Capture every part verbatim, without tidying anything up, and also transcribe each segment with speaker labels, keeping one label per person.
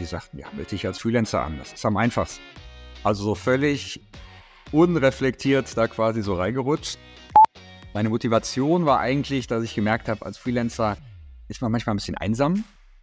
Speaker 1: die sagten, ja, melde dich als Freelancer an, das ist am einfachsten. Also so völlig unreflektiert da quasi so reingerutscht. Meine Motivation war eigentlich, dass ich gemerkt habe, als Freelancer ist man manchmal ein bisschen einsam.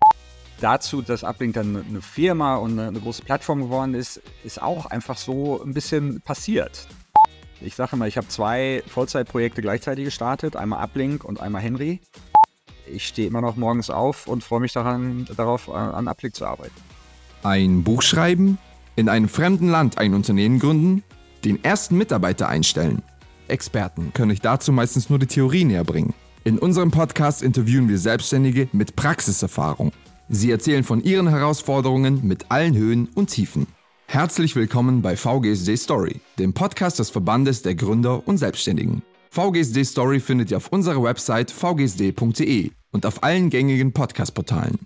Speaker 1: Dazu, dass Uplink dann eine Firma und eine, eine große Plattform geworden ist, ist auch einfach so ein bisschen passiert. Ich sage mal, ich habe zwei Vollzeitprojekte gleichzeitig gestartet, einmal Uplink und einmal Henry. Ich stehe immer noch morgens auf und freue mich daran, darauf, an Uplink zu arbeiten.
Speaker 2: Ein Buch schreiben, in einem fremden Land ein Unternehmen gründen, den ersten Mitarbeiter einstellen. Experten können euch dazu meistens nur die Theorie näher bringen. In unserem Podcast interviewen wir Selbstständige mit Praxiserfahrung. Sie erzählen von ihren Herausforderungen mit allen Höhen und Tiefen. Herzlich willkommen bei V G S D Story, dem Podcast des Verbandes der Gründer und Selbstständigen. V G S D Story findet ihr auf unserer Website v g s d punkt d e und auf allen gängigen Podcast-Portalen.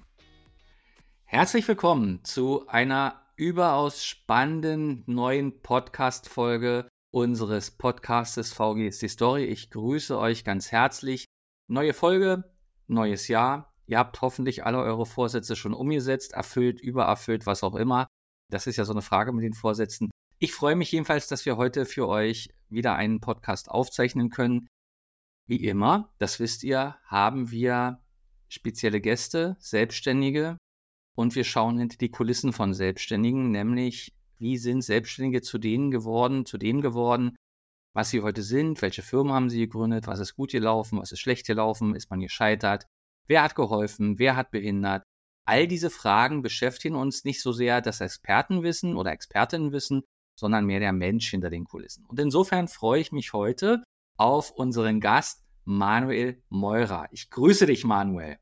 Speaker 3: Herzlich willkommen zu einer überaus spannenden neuen Podcast-Folge unseres Podcastes V G S D Story. Ich grüße euch ganz herzlich. Neue Folge, neues Jahr. Ihr habt hoffentlich alle eure Vorsätze schon umgesetzt, erfüllt, übererfüllt, was auch immer. Das ist ja so eine Frage mit den Vorsätzen. Ich freue mich jedenfalls, dass wir heute für euch wieder einen Podcast aufzeichnen können. Wie immer, das wisst ihr, haben wir spezielle Gäste, Selbstständige und wir schauen hinter die Kulissen von Selbstständigen, nämlich wie sind Selbstständige zu denen geworden, zu dem geworden, was sie heute sind, welche Firmen haben sie gegründet, was ist gut gelaufen, was ist schlecht gelaufen, ist man gescheitert, wer hat geholfen, wer hat behindert. All diese Fragen beschäftigen uns nicht so sehr das Expertenwissen oder Expertinnenwissen, sondern mehr der Mensch hinter den Kulissen. Und insofern freue ich mich heute auf unseren Gast Manuel Meurer. Ich grüße dich, Manuel.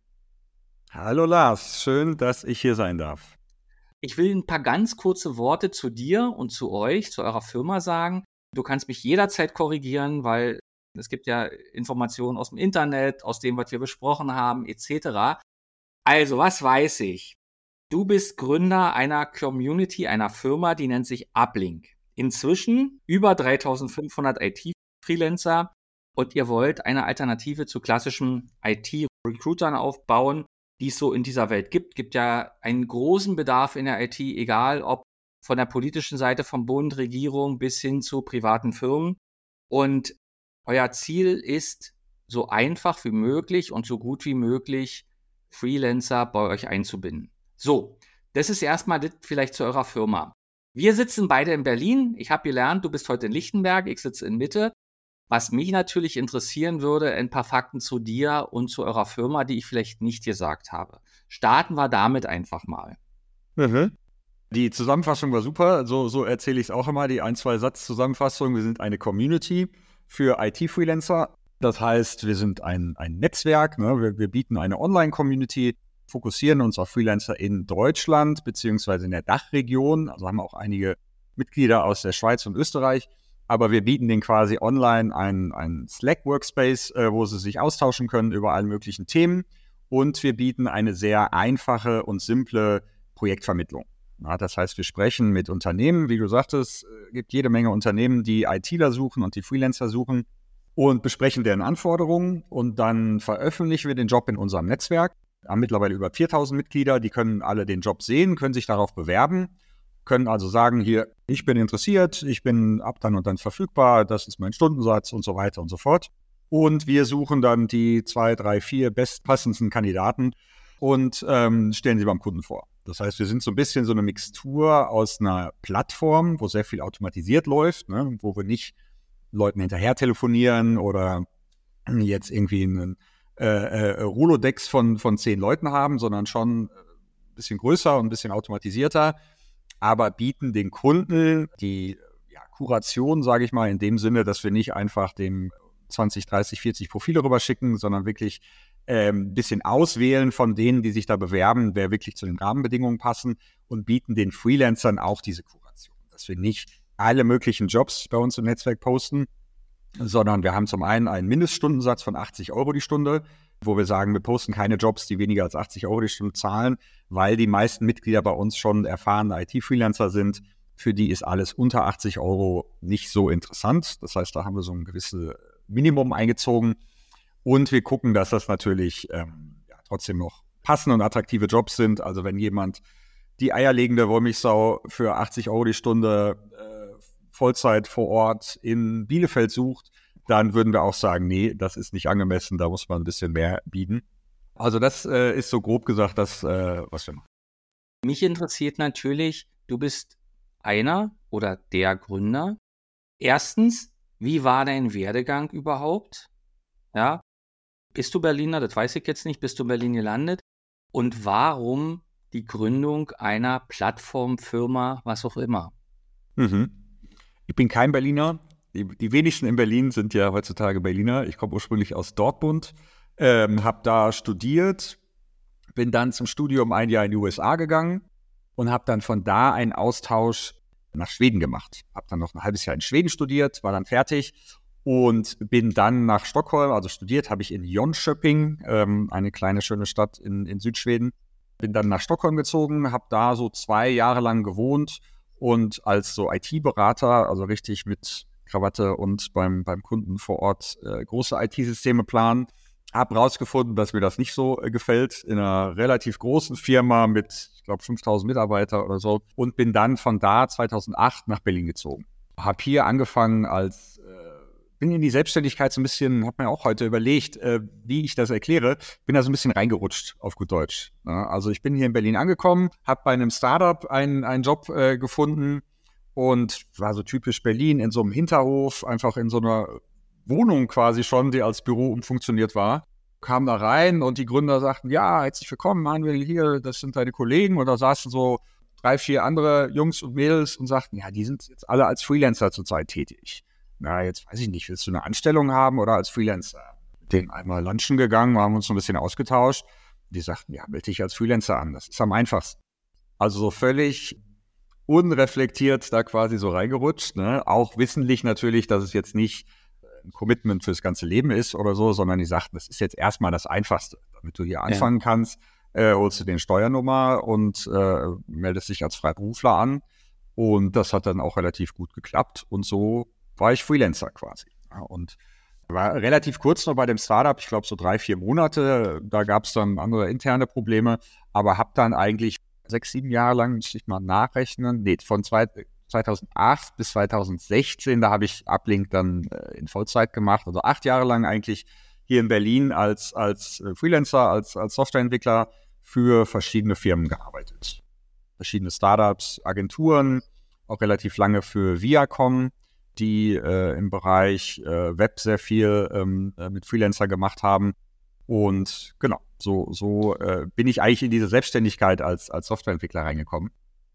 Speaker 1: Hallo Lars, schön, dass ich hier sein darf.
Speaker 3: Ich will ein paar ganz kurze Worte zu dir und zu euch, zu eurer Firma sagen. Du kannst mich jederzeit korrigieren, weil es gibt ja Informationen aus dem Internet, aus dem, was wir besprochen haben, et cetera. Also, was weiß ich? Du bist Gründer einer Community, einer Firma, die nennt sich Uplink. Inzwischen über dreitausendfünfhundert I T-Freelancer und ihr wollt eine Alternative zu klassischen I T-Recruitern aufbauen, die es so in dieser Welt gibt. Gibt ja einen großen Bedarf in der I T, egal ob von der politischen Seite, vom Bund, Regierung bis hin zu privaten Firmen. Und euer Ziel ist, so einfach wie möglich und so gut wie möglich Freelancer bei euch einzubinden. So, das ist erstmal das vielleicht zu eurer Firma. Wir sitzen beide in Berlin. Ich habe gelernt, du bist heute in Lichtenberg, ich sitze in Mitte. Was mich natürlich interessieren würde, ein paar Fakten zu dir und zu eurer Firma, die ich vielleicht nicht gesagt habe. Starten wir damit einfach mal.
Speaker 1: Mhm. Die Zusammenfassung war super, so, so erzähle ich es auch immer, die ein-, zwei Satz-Zusammenfassung. Wir sind eine Community für I T-Freelancer. Das heißt, wir sind ein, ein Netzwerk, ne? wir, wir bieten eine Online-Community, fokussieren uns auf Freelancer in Deutschland beziehungsweise in der Dachregion, also haben auch einige Mitglieder aus der Schweiz und Österreich, aber wir bieten denen quasi online einen, einen Slack-Workspace, äh, wo sie sich austauschen können über alle möglichen Themen und wir bieten eine sehr einfache und simple Projektvermittlung. Ja, das heißt, wir sprechen mit Unternehmen, wie du sagtest, es gibt jede Menge Unternehmen, die ITler suchen und die Freelancer suchen und besprechen deren Anforderungen und dann veröffentlichen wir den Job in unserem Netzwerk. Wir haben mittlerweile über viertausend Mitglieder, die können alle den Job sehen, können sich darauf bewerben, können also sagen, hier, ich bin interessiert, ich bin ab dann und dann verfügbar, das ist mein Stundensatz und so weiter und so fort. Und wir suchen dann die zwei, drei, vier bestpassendsten Kandidaten und ähm, stellen sie beim Kunden vor. Das heißt, wir sind so ein bisschen so eine Mixtur aus einer Plattform, wo sehr viel automatisiert läuft, ne, wo wir nicht Leuten hinterher telefonieren oder jetzt irgendwie einen äh, äh, Rolodex von, von zehn Leuten haben, sondern schon ein bisschen größer und ein bisschen automatisierter, aber bieten den Kunden die ja, Kuration, sage ich mal, in dem Sinne, dass wir nicht einfach dem zwanzig, dreißig, vierzig Profile rüberschicken, sondern wirklich ein ähm, bisschen auswählen von denen, die sich da bewerben, wer wirklich zu den Rahmenbedingungen passen und bieten den Freelancern auch diese Kuration, dass wir nicht alle möglichen Jobs bei uns im Netzwerk posten, sondern wir haben zum einen einen Mindeststundensatz von achtzig Euro die Stunde, wo wir sagen, wir posten keine Jobs, die weniger als achtzig Euro die Stunde zahlen, weil die meisten Mitglieder bei uns schon erfahrene I T-Freelancer sind. Für die ist alles unter achtzig Euro nicht so interessant. Das heißt, da haben wir so ein gewisses Minimum eingezogen. Und wir gucken, dass das natürlich ähm, ja, trotzdem noch passende und attraktive Jobs sind. Also wenn jemand die eierlegende Wollmilchsau für achtzig Euro die Stunde äh, Vollzeit vor Ort in Bielefeld sucht, dann würden wir auch sagen, nee, das ist nicht angemessen, da muss man ein bisschen mehr bieten. Also das äh, ist so grob gesagt das, äh, was wir machen.
Speaker 3: Mich interessiert natürlich, du bist einer oder der Gründer. Erstens, wie war dein Werdegang überhaupt? Ja, bist du Berliner? Das weiß ich jetzt nicht. Bist du in Berlin gelandet? Und warum die Gründung einer Plattformfirma, was auch immer?
Speaker 1: Mhm. Ich bin kein Berliner. Die, die wenigsten in Berlin sind ja heutzutage Berliner. Ich komme ursprünglich aus Dortmund, ähm, habe da studiert, bin dann zum Studium ein Jahr in die U S A gegangen und habe dann von da einen Austausch nach Schweden gemacht. Habe dann noch ein halbes Jahr in Schweden studiert, war dann fertig und bin dann nach Stockholm, also studiert habe ich in Jönköping, ähm, eine kleine schöne Stadt in, in Südschweden. Bin dann nach Stockholm gezogen, habe da so zwei Jahre lang gewohnt und als so I T-Berater, also richtig mit Krawatte und beim, beim Kunden vor Ort äh, große I T-Systeme planen. Habe rausgefunden, dass mir das nicht so äh, gefällt, in einer relativ großen Firma mit, ich glaube, fünftausend Mitarbeiter oder so. Und bin dann von da zweitausendacht nach Berlin gezogen. Habe hier angefangen als, äh, bin in die Selbstständigkeit so ein bisschen, habe mir auch heute überlegt, äh, wie ich das erkläre, bin da so ein bisschen reingerutscht, auf gut Deutsch. Ja, also ich bin hier in Berlin angekommen, habe bei einem Startup einen, einen Job äh, gefunden und war so typisch Berlin in so einem Hinterhof, einfach in so einer Wohnung quasi schon, die als Büro umfunktioniert war. Kam da rein und die Gründer sagten, ja, herzlich willkommen, Manuel, hier, das sind deine Kollegen. Und da saßen so drei, vier andere Jungs und Mädels und sagten, ja, die sind jetzt alle als Freelancer zurzeit tätig. Na, jetzt weiß ich nicht, willst du eine Anstellung haben oder als Freelancer? Mit denen einmal lunchen gegangen, haben uns so ein bisschen ausgetauscht. Die sagten, ja, melde dich als Freelancer an, das ist am einfachsten. Also so völlig unreflektiert da quasi so reingerutscht, ne? Auch wissentlich natürlich, dass es jetzt nicht ein Commitment fürs ganze Leben ist oder so, sondern die sagten, das ist jetzt erstmal das Einfachste. Damit du hier anfangen ja. kannst, äh, holst du den Steuernummer und äh, meldest dich als Freiberufler an. Und das hat dann auch relativ gut geklappt. Und so war ich Freelancer quasi. Ja, und war relativ kurz noch bei dem Startup, ich glaube so drei, vier Monate. Da gab es dann andere interne Probleme, aber habe dann eigentlich sechs, sieben Jahre lang, muss ich mal nachrechnen, nee, von zwei zweitausendacht bis zweitausendsechzehn, da habe ich Uplink dann äh, in Vollzeit gemacht, also acht Jahre lang eigentlich hier in Berlin als, als äh, Freelancer, als, als Softwareentwickler für verschiedene Firmen gearbeitet. Verschiedene Startups, Agenturen, auch relativ lange für Viacom, die äh, im Bereich äh, Web sehr viel ähm, äh, mit Freelancer gemacht haben. Und genau, so, so äh, bin ich eigentlich in diese Selbstständigkeit als, als Softwareentwickler reingekommen.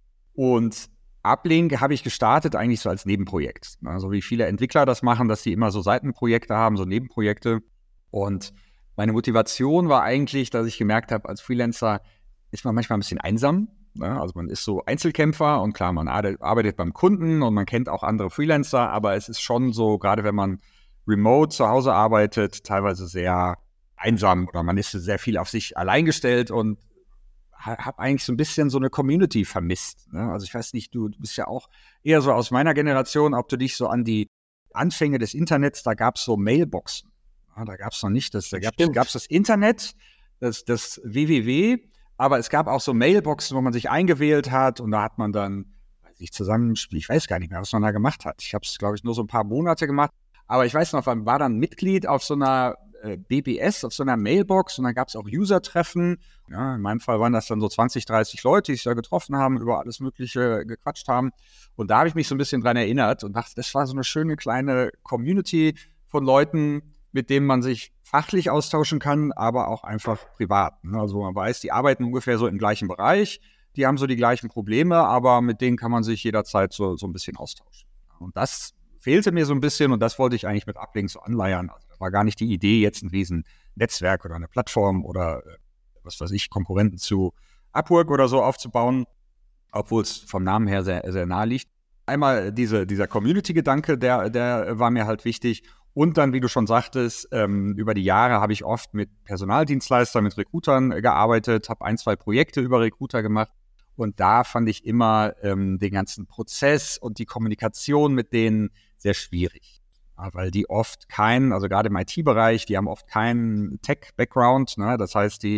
Speaker 1: Und Uplink habe ich gestartet eigentlich so als Nebenprojekt. Also wie viele Entwickler das machen, dass sie immer so Seitenprojekte haben, so Nebenprojekte. Und meine Motivation war eigentlich, dass ich gemerkt habe, als Freelancer ist man manchmal ein bisschen einsam. Also man ist so Einzelkämpfer und klar, man arbeitet beim Kunden und man kennt auch andere Freelancer, aber es ist schon so, gerade wenn man remote zu Hause arbeitet, teilweise sehr einsam oder man ist sehr viel auf sich allein gestellt und habe eigentlich so ein bisschen so eine Community vermisst. Ne? Also ich weiß nicht, du, du bist ja auch eher so aus meiner Generation, ob du dich so an die Anfänge des Internets, da gab es so Mailboxen. Ja, da gab es noch nicht, das, da gab es das Internet, das, das W W W, aber es gab auch so Mailboxen, wo man sich eingewählt hat und da hat man dann, weiß ich, zusammengespielt, ich weiß gar nicht mehr, was man da gemacht hat. Ich habe es, glaube ich, nur so ein paar Monate gemacht, aber ich weiß noch, man war dann Mitglied auf so einer B B S, auf so einer Mailbox und dann gab es auch User-Treffen. Ja, in meinem Fall waren das dann so zwanzig, dreißig Leute, die sich da getroffen haben, über alles Mögliche gequatscht haben. Und da habe ich mich so ein bisschen dran erinnert und dachte, das war so eine schöne kleine Community von Leuten, mit denen man sich fachlich austauschen kann, aber auch einfach privat. Also man weiß, die arbeiten ungefähr so im gleichen Bereich, die haben so die gleichen Probleme, aber mit denen kann man sich jederzeit so, so ein bisschen austauschen. Und das fehlte mir so ein bisschen und das wollte ich eigentlich mit Uplink so anleiern. Also das war gar nicht die Idee, jetzt ein riesen Netzwerk oder eine Plattform oder äh, was weiß ich, Konkurrenten zu Upwork oder so aufzubauen, obwohl es vom Namen her sehr, sehr nahe liegt. Einmal diese, dieser Community-Gedanke, der, der war mir halt wichtig. Und dann, wie du schon sagtest, ähm, über die Jahre habe ich oft mit Personaldienstleistern, mit Recruitern äh, gearbeitet, habe ein, zwei Projekte über Recruiter gemacht. Und da fand ich immer ähm, den ganzen Prozess und die Kommunikation mit denen sehr schwierig. Ja, weil die oft keinen, also gerade im I T-Bereich, die haben oft keinen Tech-Background. Ne? Das heißt, die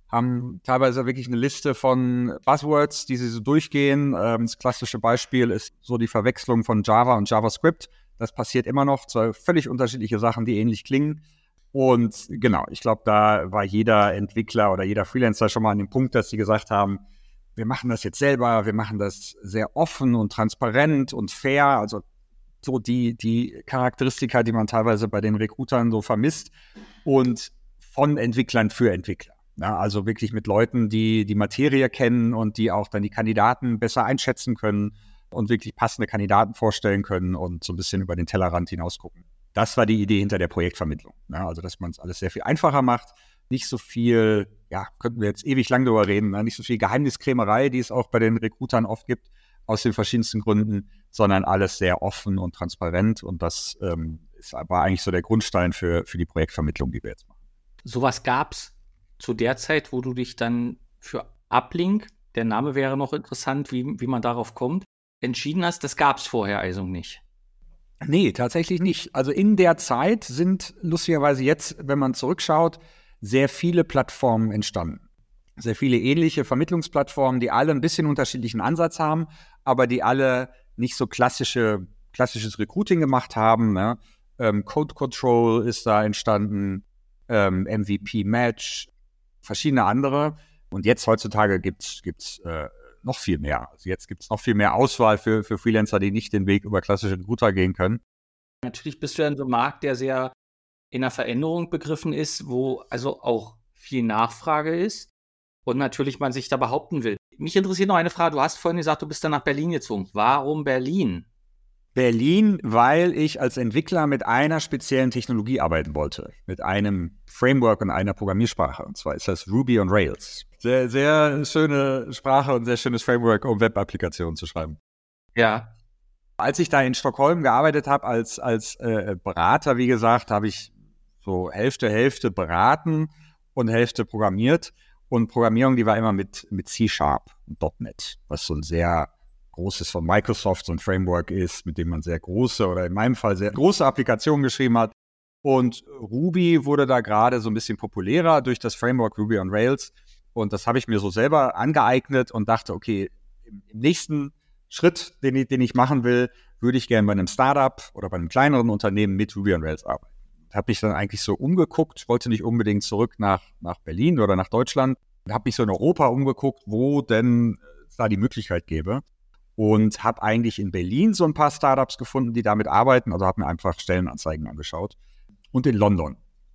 Speaker 1: haben teilweise wirklich eine Liste von Buzzwords, die sie so durchgehen. Ähm, das klassische Beispiel ist so die Verwechslung von Java und JavaScript. Das passiert immer noch, zwei völlig unterschiedliche Sachen, die ähnlich klingen. Und genau, ich glaube, da war jeder Entwickler oder jeder Freelancer schon mal an dem Punkt, dass sie gesagt haben, wir machen das jetzt selber, wir machen das sehr offen und transparent und fair, also so die, die Charakteristika, die man teilweise bei den Recruitern so vermisst und von Entwicklern für Entwickler. Ja, also wirklich mit Leuten, die die Materie kennen und die auch dann die Kandidaten besser einschätzen können und wirklich passende Kandidaten vorstellen können und so ein bisschen über den Tellerrand hinaus gucken. Das war die Idee hinter der Projektvermittlung. Ja, also, dass man es alles sehr viel einfacher macht, nicht so viel, ja, könnten wir jetzt ewig lang drüber reden, ne? Nicht so viel Geheimniskrämerei, die es auch bei den Recruitern oft gibt, aus den verschiedensten Gründen, sondern alles sehr offen und transparent. Und das ähm, ist aber eigentlich so der Grundstein für, für die Projektvermittlung, die wir jetzt machen.
Speaker 3: Sowas gab es zu der Zeit, wo du dich dann für Uplink, der Name wäre noch interessant, wie, wie man darauf kommt, entschieden hast. Das gab es vorher also nicht.
Speaker 1: Nee, tatsächlich nicht. Also in der Zeit sind lustigerweise jetzt, wenn man zurückschaut, sehr viele Plattformen entstanden. Sehr viele ähnliche Vermittlungsplattformen, die alle ein bisschen unterschiedlichen Ansatz haben, aber die alle nicht so klassische, klassisches Recruiting gemacht haben. Ne? Ähm, Code Control ist da entstanden, ähm, M V P Match, verschiedene andere. Und jetzt heutzutage gibt's gibt's äh, noch viel mehr. Also jetzt gibt es noch viel mehr Auswahl für, für Freelancer, die nicht den Weg über klassische Recruiter gehen können.
Speaker 3: Natürlich bist du ja in so einem Markt, der sehr in der Veränderung begriffen ist, wo also auch viel Nachfrage ist und natürlich man sich da behaupten will. Mich interessiert noch eine Frage. Du hast vorhin gesagt, du bist dann nach Berlin gezogen. Warum Berlin?
Speaker 1: Berlin, weil ich als Entwickler mit einer speziellen Technologie arbeiten wollte. Mit einem Framework und einer Programmiersprache. Und zwar ist das Ruby on Rails. Sehr, sehr schöne Sprache und sehr schönes Framework, um Web-Applikationen zu schreiben.
Speaker 3: Ja.
Speaker 1: Als ich da in Stockholm gearbeitet habe als, als äh, Berater, wie gesagt, habe ich so Hälfte, Hälfte beraten und Hälfte programmiert. Und Programmierung, die war immer mit, mit C-Sharp und .Punkt net, was so ein sehr großes von Microsoft, so ein Framework ist, mit dem man sehr große oder in meinem Fall sehr große Applikationen geschrieben hat. Und Ruby wurde da gerade so ein bisschen populärer durch das Framework Ruby on Rails. Und das habe ich mir so selber angeeignet und dachte, okay, im, im nächsten Schritt, den ich, den ich machen will, würde ich gerne bei einem Startup oder bei einem kleineren Unternehmen mit Ruby on Rails arbeiten. Habe mich dann eigentlich so umgeguckt, wollte nicht unbedingt zurück nach, nach Berlin oder nach Deutschland. Habe mich so in Europa umgeguckt, wo denn es da die Möglichkeit gäbe. Und habe eigentlich in Berlin so ein paar Startups gefunden, die damit arbeiten. Also habe mir einfach Stellenanzeigen angeschaut. Und in London.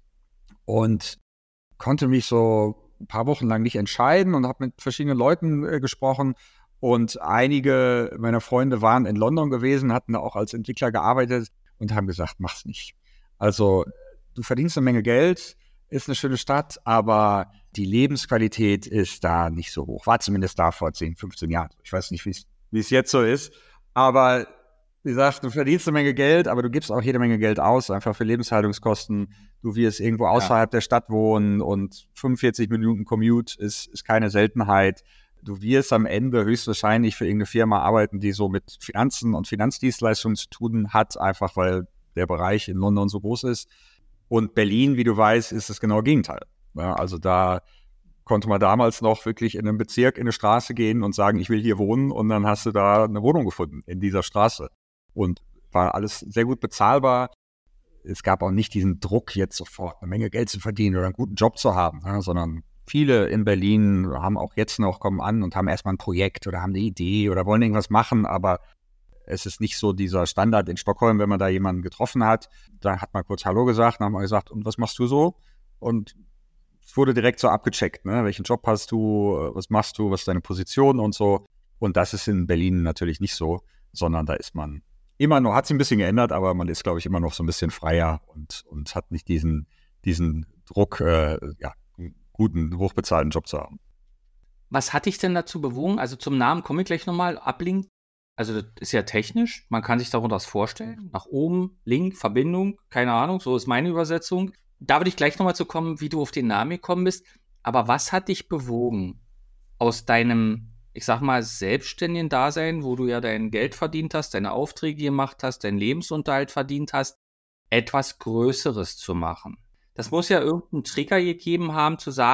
Speaker 1: Und konnte mich so ein paar Wochen lang nicht entscheiden und habe mit verschiedenen Leuten äh, gesprochen. Und einige meiner Freunde waren in London gewesen, hatten da auch als Entwickler gearbeitet und haben gesagt, mach's nicht. Also du verdienst eine Menge Geld, ist eine schöne Stadt, aber die Lebensqualität ist da nicht so hoch. War zumindest da vor zehn, fünfzehn Jahren. Ich weiß nicht, wie es jetzt so ist. Aber wie gesagt, du verdienst eine Menge Geld, aber du gibst auch jede Menge Geld aus, einfach für Lebenshaltungskosten. Du wirst irgendwo außerhalb ja. der Stadt wohnen und fünfundvierzig Minuten Commute ist, ist keine Seltenheit. Du wirst am Ende höchstwahrscheinlich für irgendeine Firma arbeiten, die so mit Finanzen und Finanzdienstleistungen zu tun hat, einfach weil der Bereich in London so groß ist. Und Berlin, wie du weißt, ist das genaue Gegenteil. Ja, also da konnte man damals noch wirklich in einem Bezirk in eine Straße gehen und sagen, ich will hier wohnen, und dann hast du da eine Wohnung gefunden in dieser Straße. Und war alles sehr gut bezahlbar. Es gab auch nicht diesen Druck, jetzt sofort eine Menge Geld zu verdienen oder einen guten Job zu haben, ja, sondern viele in Berlin haben auch jetzt noch, kommen an und haben erstmal ein Projekt oder haben eine Idee oder wollen irgendwas machen, aber es ist nicht so dieser Standard in Stockholm, wenn man da jemanden getroffen hat. Da hat man kurz Hallo gesagt, dann haben wir gesagt, und was machst du so? Und es wurde direkt so abgecheckt, ne? Welchen Job hast du, was machst du, was ist deine Position und so. Und das ist in Berlin natürlich nicht so, sondern da ist man immer noch, hat sich ein bisschen geändert, aber man ist, glaube ich, immer noch so ein bisschen freier und, und hat nicht diesen, diesen Druck, äh, ja, einen guten, hochbezahlten Job zu haben.
Speaker 3: Was hat dich denn dazu bewogen? Also zum Namen komme ich gleich nochmal, Uplink. Also das ist ja technisch, man kann sich darunter was vorstellen. Nach oben, Link, Verbindung, keine Ahnung, so ist meine Übersetzung. Da würde ich gleich nochmal zu kommen, wie du auf den Namen gekommen bist. Aber was hat dich bewogen, aus deinem, ich sag mal, selbstständigen Dasein, wo du ja dein Geld verdient hast, deine Aufträge gemacht hast, deinen Lebensunterhalt verdient hast, etwas Größeres zu machen? Das muss ja irgendeinen Trigger gegeben haben, zu sagen,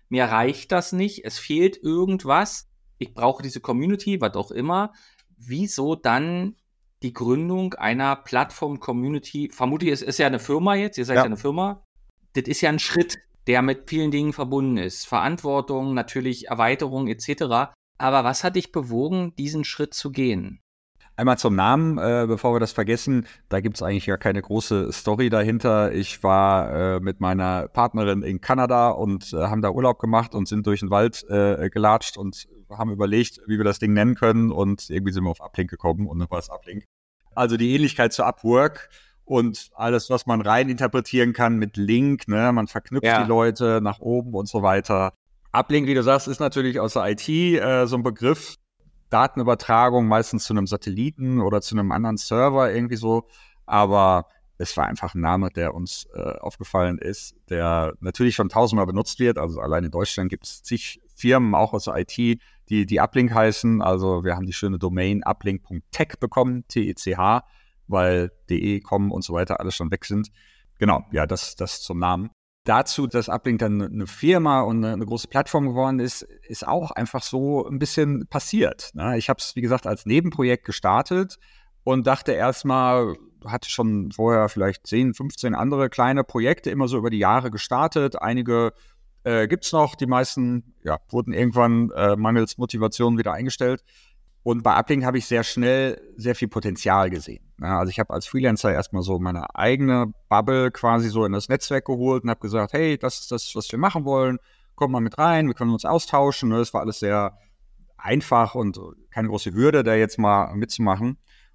Speaker 3: mir reicht das nicht, es fehlt irgendwas, ich brauche diese Community, was auch immer. Wieso dann die Gründung einer Plattform-Community? Vermutlich, es ist ja eine Firma jetzt, ihr seid ja, ja eine Firma. Das ist ja ein Schritt, der mit vielen Dingen verbunden ist. Verantwortung, natürlich Erweiterung et cetera. Aber was hat dich bewogen, diesen Schritt zu gehen?
Speaker 1: Einmal zum Namen, äh, bevor wir das vergessen, da gibt es eigentlich ja keine große Story dahinter. Ich war äh, mit meiner Partnerin in Kanada und äh, haben da Urlaub gemacht und sind durch den Wald äh, gelatscht und haben überlegt, wie wir das Ding nennen können, und irgendwie sind wir auf Uplink gekommen und dann war es Uplink. Also die Ähnlichkeit zu Upwork und alles, was man rein interpretieren kann mit Link, ne, man verknüpft ja. die Leute nach oben und so weiter. Uplink, wie du sagst, ist natürlich aus der I T äh, so ein Begriff. Datenübertragung, meistens zu einem Satelliten oder zu einem anderen Server irgendwie so. Aber es war einfach ein Name, der uns äh, aufgefallen ist, der natürlich schon tausendmal benutzt wird. Also allein in Deutschland gibt es zig Firmen, auch aus der I T, die, die Uplink heißen. Also wir haben die schöne Domain uplink punkt tech bekommen, T E C H, weil de, com und so weiter alles schon weg sind. Genau, ja, das, das zum Namen. Dazu, dass Uplink dann eine Firma und eine, eine große Plattform geworden ist, ist auch einfach so ein bisschen passiert. Ne? Ich habe es, wie gesagt, als Nebenprojekt gestartet und dachte erstmal, hatte schon vorher vielleicht zehn, fünfzehn andere kleine Projekte immer so über die Jahre gestartet. Einige äh, gibt es noch, die meisten ja, wurden irgendwann äh, mangels Motivation wieder eingestellt. Und bei Uplink habe ich sehr schnell sehr viel Potenzial gesehen. Ja, also ich habe als Freelancer erstmal so meine eigene Bubble quasi so in das Netzwerk geholt und habe gesagt, hey, das ist das, was wir machen wollen. Kommt mal mit rein, wir können uns austauschen. Das war alles sehr einfach und keine große Hürde, da jetzt mal mitzumachen.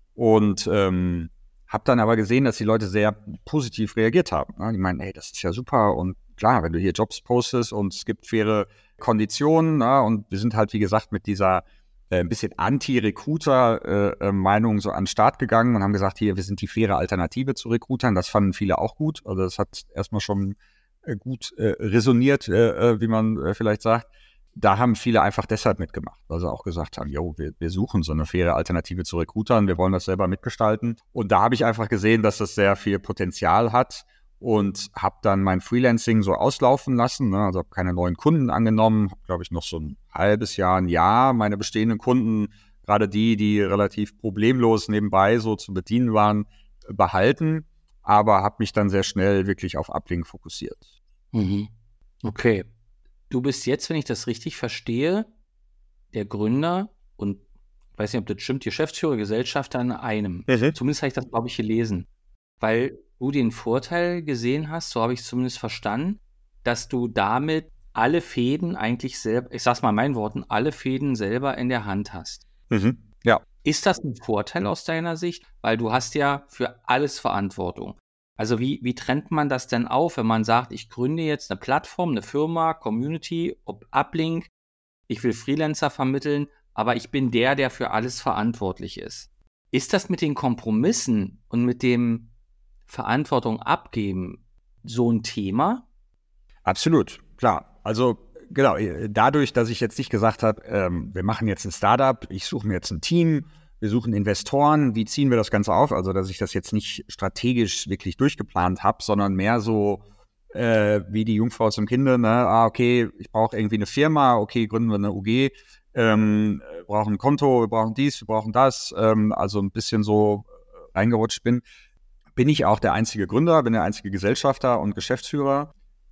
Speaker 1: Und ähm, habe dann aber gesehen, dass die Leute sehr positiv reagiert haben. Ja, die meinen, hey, das ist ja super und klar, wenn du hier Jobs postest und es gibt faire Konditionen, ja, und wir sind halt, wie gesagt, mit dieser ein bisschen Anti-Recruiter-Meinung äh, so an den Start gegangen und haben gesagt, hier, wir sind die faire Alternative zu Recruitern. Das fanden viele auch gut. Also das hat erstmal schon äh, gut äh, resoniert, äh, wie man äh, vielleicht sagt. Da haben viele einfach deshalb mitgemacht, weil sie auch gesagt haben, jo, wir, wir suchen so eine faire Alternative zu Recruitern, wir wollen das selber mitgestalten. Und da habe ich einfach gesehen, dass das sehr viel Potenzial hat und habe dann mein Freelancing so auslaufen lassen, ne? Also habe keine neuen Kunden angenommen, habe, glaube ich, noch so ein halbes Jahr, ein Jahr meine bestehenden Kunden, gerade die, die relativ problemlos nebenbei so zu bedienen waren, behalten, aber habe mich dann sehr schnell wirklich auf Uplink fokussiert.
Speaker 3: Mhm. Okay. Du bist jetzt, wenn ich das richtig verstehe, der Gründer und, ich weiß nicht, ob das stimmt, Geschäftsführer, Gesellschafter in einem. Mhm. Zumindest habe ich das, glaube ich, gelesen. Weil du den Vorteil gesehen hast, so habe ich es zumindest verstanden, dass du damit alle Fäden eigentlich selber, ich sag's mal in meinen Worten, alle Fäden selber in der Hand hast.
Speaker 1: Mhm. Ja.
Speaker 3: Ist das ein Vorteil aus deiner Sicht? Weil du hast ja für alles Verantwortung. Also wie, wie trennt man das denn auf, wenn man sagt, ich gründe jetzt eine Plattform, eine Firma, Community, ob Uplink, ich will Freelancer vermitteln, aber ich bin der, der für alles verantwortlich ist. Ist das mit den Kompromissen und mit dem Verantwortung abgeben so ein Thema?
Speaker 1: Absolut, klar. Also genau, dadurch, dass ich jetzt nicht gesagt habe, ähm, wir machen jetzt ein Startup, ich suche mir jetzt ein Team, wir suchen Investoren, wie ziehen wir das Ganze auf? Also dass ich das jetzt nicht strategisch wirklich durchgeplant habe, sondern mehr so äh, wie die Jungfrau zum Kinde, ne? Ah, okay, ich brauche irgendwie eine Firma, okay, gründen wir eine U G, ähm, brauchen ein Konto, wir brauchen dies, wir brauchen das, ähm, also ein bisschen so reingerutscht bin. Bin ich auch der einzige Gründer, bin der einzige Gesellschafter und Geschäftsführer.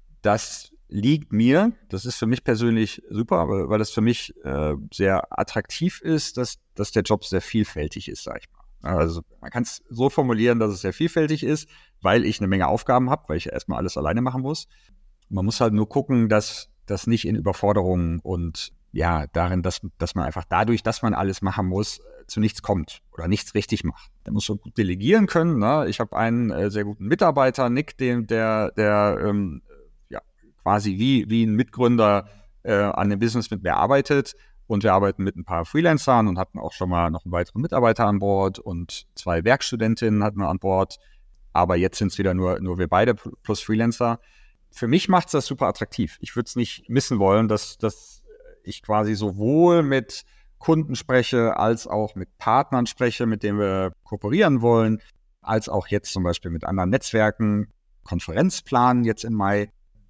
Speaker 1: Das liegt mir, das ist für mich persönlich super, weil das für mich äh, sehr attraktiv ist, dass, dass der Job sehr vielfältig ist, sag ich mal. Also man kann es so formulieren, dass es sehr vielfältig ist, weil ich eine Menge Aufgaben habe, weil ich erstmal alles alleine machen muss. Man muss halt nur gucken, dass das nicht in Überforderung und ja, darin, dass, dass man einfach dadurch, dass man alles machen muss, zu nichts kommt oder nichts richtig macht. Der muss so gut delegieren können. Ne? Ich habe einen äh, sehr guten Mitarbeiter, Nick, den, der, der ähm, ja, quasi wie, wie ein Mitgründer äh, an dem Business mit mir arbeitet. Und wir arbeiten mit ein paar Freelancern und hatten auch schon mal noch einen weiteren Mitarbeiter an Bord und zwei Werkstudentinnen hatten wir an Bord. Aber jetzt sind es wieder nur, nur wir beide plus Freelancer. Für mich macht es das super attraktiv. Ich würde es nicht missen wollen, dass, dass ich quasi sowohl mit Kunden spreche, als auch mit Partnern spreche, mit denen wir kooperieren wollen, als auch jetzt zum Beispiel mit anderen Netzwerken, Konferenzplanen jetzt im Mai.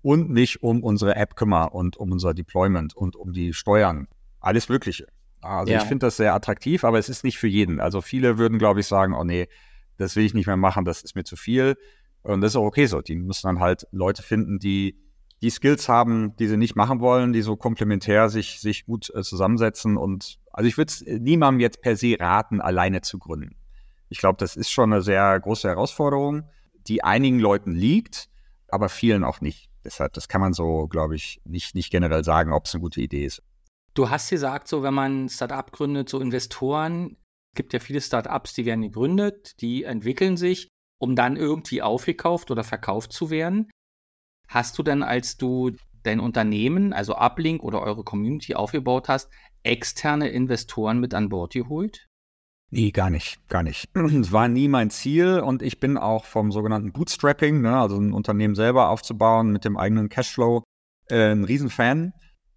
Speaker 1: und mich um unsere App kümmere und um unser Deployment und um die Steuern. Alles Mögliche. Also ja. Ich finde das sehr attraktiv, aber es ist nicht für jeden. Also viele würden, glaube ich, sagen, oh nee, das will ich nicht mehr machen, das ist mir zu viel. Und das ist auch okay so. Die müssen dann halt Leute finden, die die Skills haben, die sie nicht machen wollen, die so komplementär sich, sich gut äh, zusammensetzen. Und also ich würde es niemandem jetzt per se raten, alleine zu gründen. Ich glaube, das ist schon eine sehr große Herausforderung, die einigen Leuten liegt, aber vielen auch nicht. Deshalb, das kann man so, glaube ich, nicht, nicht generell sagen, ob es eine gute Idee ist.
Speaker 3: Du hast gesagt, so wenn man ein Startup gründet, so Investoren, es gibt ja viele Startups, die werden gegründet, die entwickeln sich, um dann irgendwie aufgekauft oder verkauft zu werden. Hast du denn, als du dein Unternehmen, also Uplink oder eure Community aufgebaut hast, externe Investoren mit an Bord geholt?
Speaker 1: Nee, gar nicht, gar nicht. Es war nie mein Ziel und ich bin auch vom sogenannten Bootstrapping, ne, also ein Unternehmen selber aufzubauen mit dem eigenen Cashflow, äh, ein Riesenfan,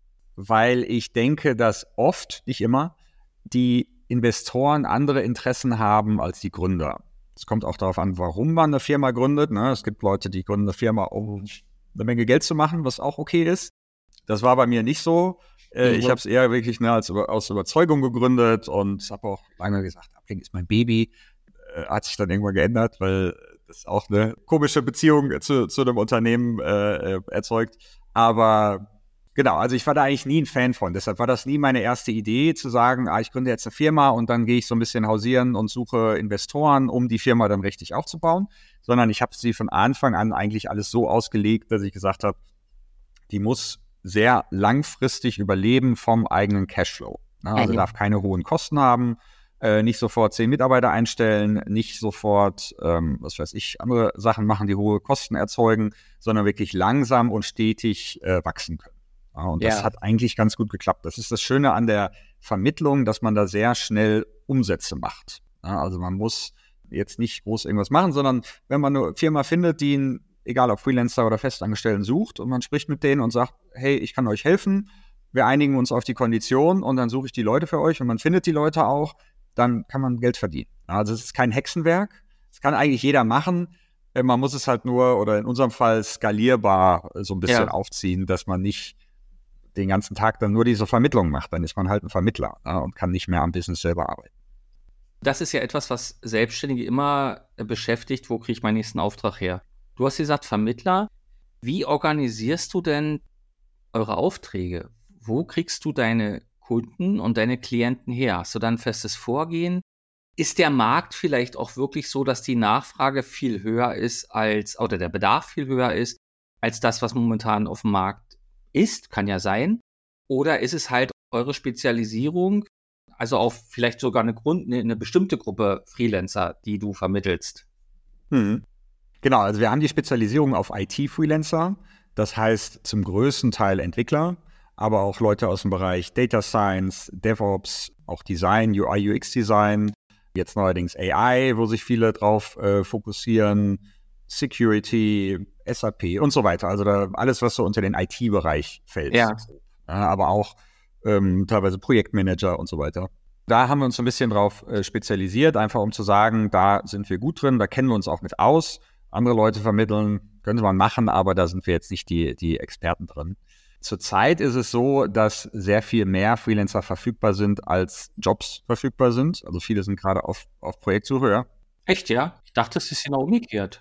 Speaker 1: weil ich denke, dass oft, nicht immer, die Investoren andere Interessen haben als die Gründer. Es kommt auch darauf an, warum man eine Firma gründet. Ne? Es gibt Leute, die gründen eine Firma, um eine Menge Geld zu machen, was auch okay ist. Das war bei mir nicht so. Äh, mhm. Ich habe es eher wirklich ne, als, aus Überzeugung gegründet und habe auch lange gesagt, Uplink ist mein Baby. Äh, hat sich dann irgendwann geändert, weil das auch eine komische Beziehung zu, zu einem Unternehmen äh, erzeugt. Aber genau, also ich war da eigentlich nie ein Fan von. Deshalb war das nie meine erste Idee, zu sagen, ah, ich gründe jetzt eine Firma und dann gehe ich so ein bisschen hausieren und suche Investoren, um die Firma dann richtig aufzubauen. Sondern ich habe sie von Anfang an eigentlich alles so ausgelegt, dass ich gesagt habe, die muss sehr langfristig überleben vom eigenen Cashflow. Also mhm. darf keine hohen Kosten haben, äh, nicht sofort zehn Mitarbeiter einstellen, nicht sofort, ähm, was weiß ich, andere Sachen machen, die hohe Kosten erzeugen, sondern wirklich langsam und stetig äh, wachsen können. Ja, und das ja. hat eigentlich ganz gut geklappt. Das ist das Schöne an der Vermittlung, dass man da sehr schnell Umsätze macht. Ja, also man muss jetzt nicht groß irgendwas machen, sondern wenn man eine Firma findet, die einen, egal ob Freelancer oder Festangestellten sucht und man spricht mit denen und sagt, hey, ich kann euch helfen, wir einigen uns auf die Kondition und dann suche ich die Leute für euch und man findet die Leute auch, dann kann man Geld verdienen. Also es ist kein Hexenwerk, das kann eigentlich jeder machen, man muss es halt nur, oder in unserem Fall skalierbar so ein bisschen ja. aufziehen, dass man nicht den ganzen Tag dann nur diese Vermittlung macht, dann ist man halt ein Vermittler ja, und kann nicht mehr am Business selber arbeiten.
Speaker 3: Das ist ja etwas, was Selbstständige immer beschäftigt, wo kriege ich meinen nächsten Auftrag her? Du hast gesagt, Vermittler. Wie organisierst du denn eure Aufträge? Wo kriegst du deine Kunden und deine Klienten her? Hast du dann ein festes Vorgehen? Ist der Markt vielleicht auch wirklich so, dass die Nachfrage viel höher ist als, oder der Bedarf viel höher ist, als das, was momentan auf dem Markt ist? Kann ja sein. Oder ist es halt eure Spezialisierung, also auf vielleicht sogar eine Grund, eine, eine bestimmte Gruppe Freelancer, die du vermittelst?
Speaker 1: Hm. Genau, also wir haben die Spezialisierung auf I T-Freelancer, das heißt zum größten Teil Entwickler, aber auch Leute aus dem Bereich Data Science, DevOps, auch Design, U I, U X-Design, jetzt neuerdings A I, wo sich viele drauf äh, fokussieren, Security, S A P und so weiter. Also da alles, was so unter den I T-Bereich fällt.
Speaker 3: Ja.
Speaker 1: Ja, aber auch ähm, teilweise Projektmanager und so weiter. Da haben wir uns ein bisschen drauf äh, spezialisiert, einfach um zu sagen, da sind wir gut drin, da kennen wir uns auch mit aus. Andere Leute vermitteln, könnte man machen, aber da sind wir jetzt nicht die, die Experten drin. Zurzeit ist es so, dass sehr viel mehr Freelancer verfügbar sind, als Jobs verfügbar sind. Also viele sind gerade auf, auf Projektsuche, ja.
Speaker 3: Echt, ja? Ich dachte, es ist genau umgekehrt.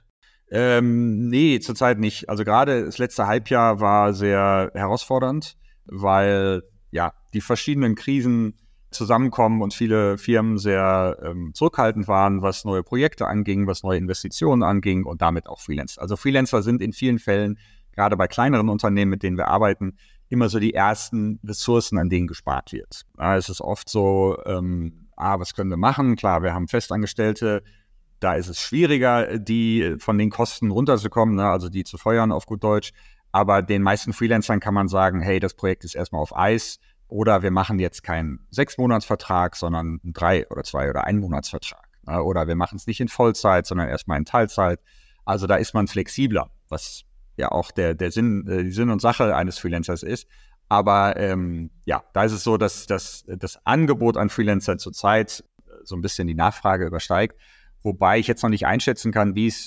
Speaker 1: Ähm, nee, zurzeit nicht. Also gerade das letzte Halbjahr war sehr herausfordernd, weil ja die verschiedenen Krisen zusammenkommen und viele Firmen sehr ähm, zurückhaltend waren, was neue Projekte anging, was neue Investitionen anging und damit auch Freelancer. Also Freelancer sind in vielen Fällen, gerade bei kleineren Unternehmen, mit denen wir arbeiten, immer so die ersten Ressourcen, an denen gespart wird. Ja, es ist oft so, ähm, ah, was können wir machen? Klar, wir haben Festangestellte, da ist es schwieriger, die von den Kosten runterzukommen, ne? Also die zu feuern auf gut Deutsch. Aber den meisten Freelancern kann man sagen, hey, das Projekt ist erstmal auf Eis. Oder wir machen jetzt keinen Sechs-Monats-Vertrag, sondern einen Drei- oder Zwei- oder Ein-Monats-Vertrag. Oder wir machen es nicht in Vollzeit, sondern erstmal in Teilzeit. Also da ist man flexibler, was ja auch der, der Sinn, die Sinn und Sache eines Freelancers ist. Aber ähm, ja, da ist es so, dass, dass das Angebot an Freelancern zurzeit so ein bisschen die Nachfrage übersteigt. Wobei ich jetzt noch nicht einschätzen kann, wie es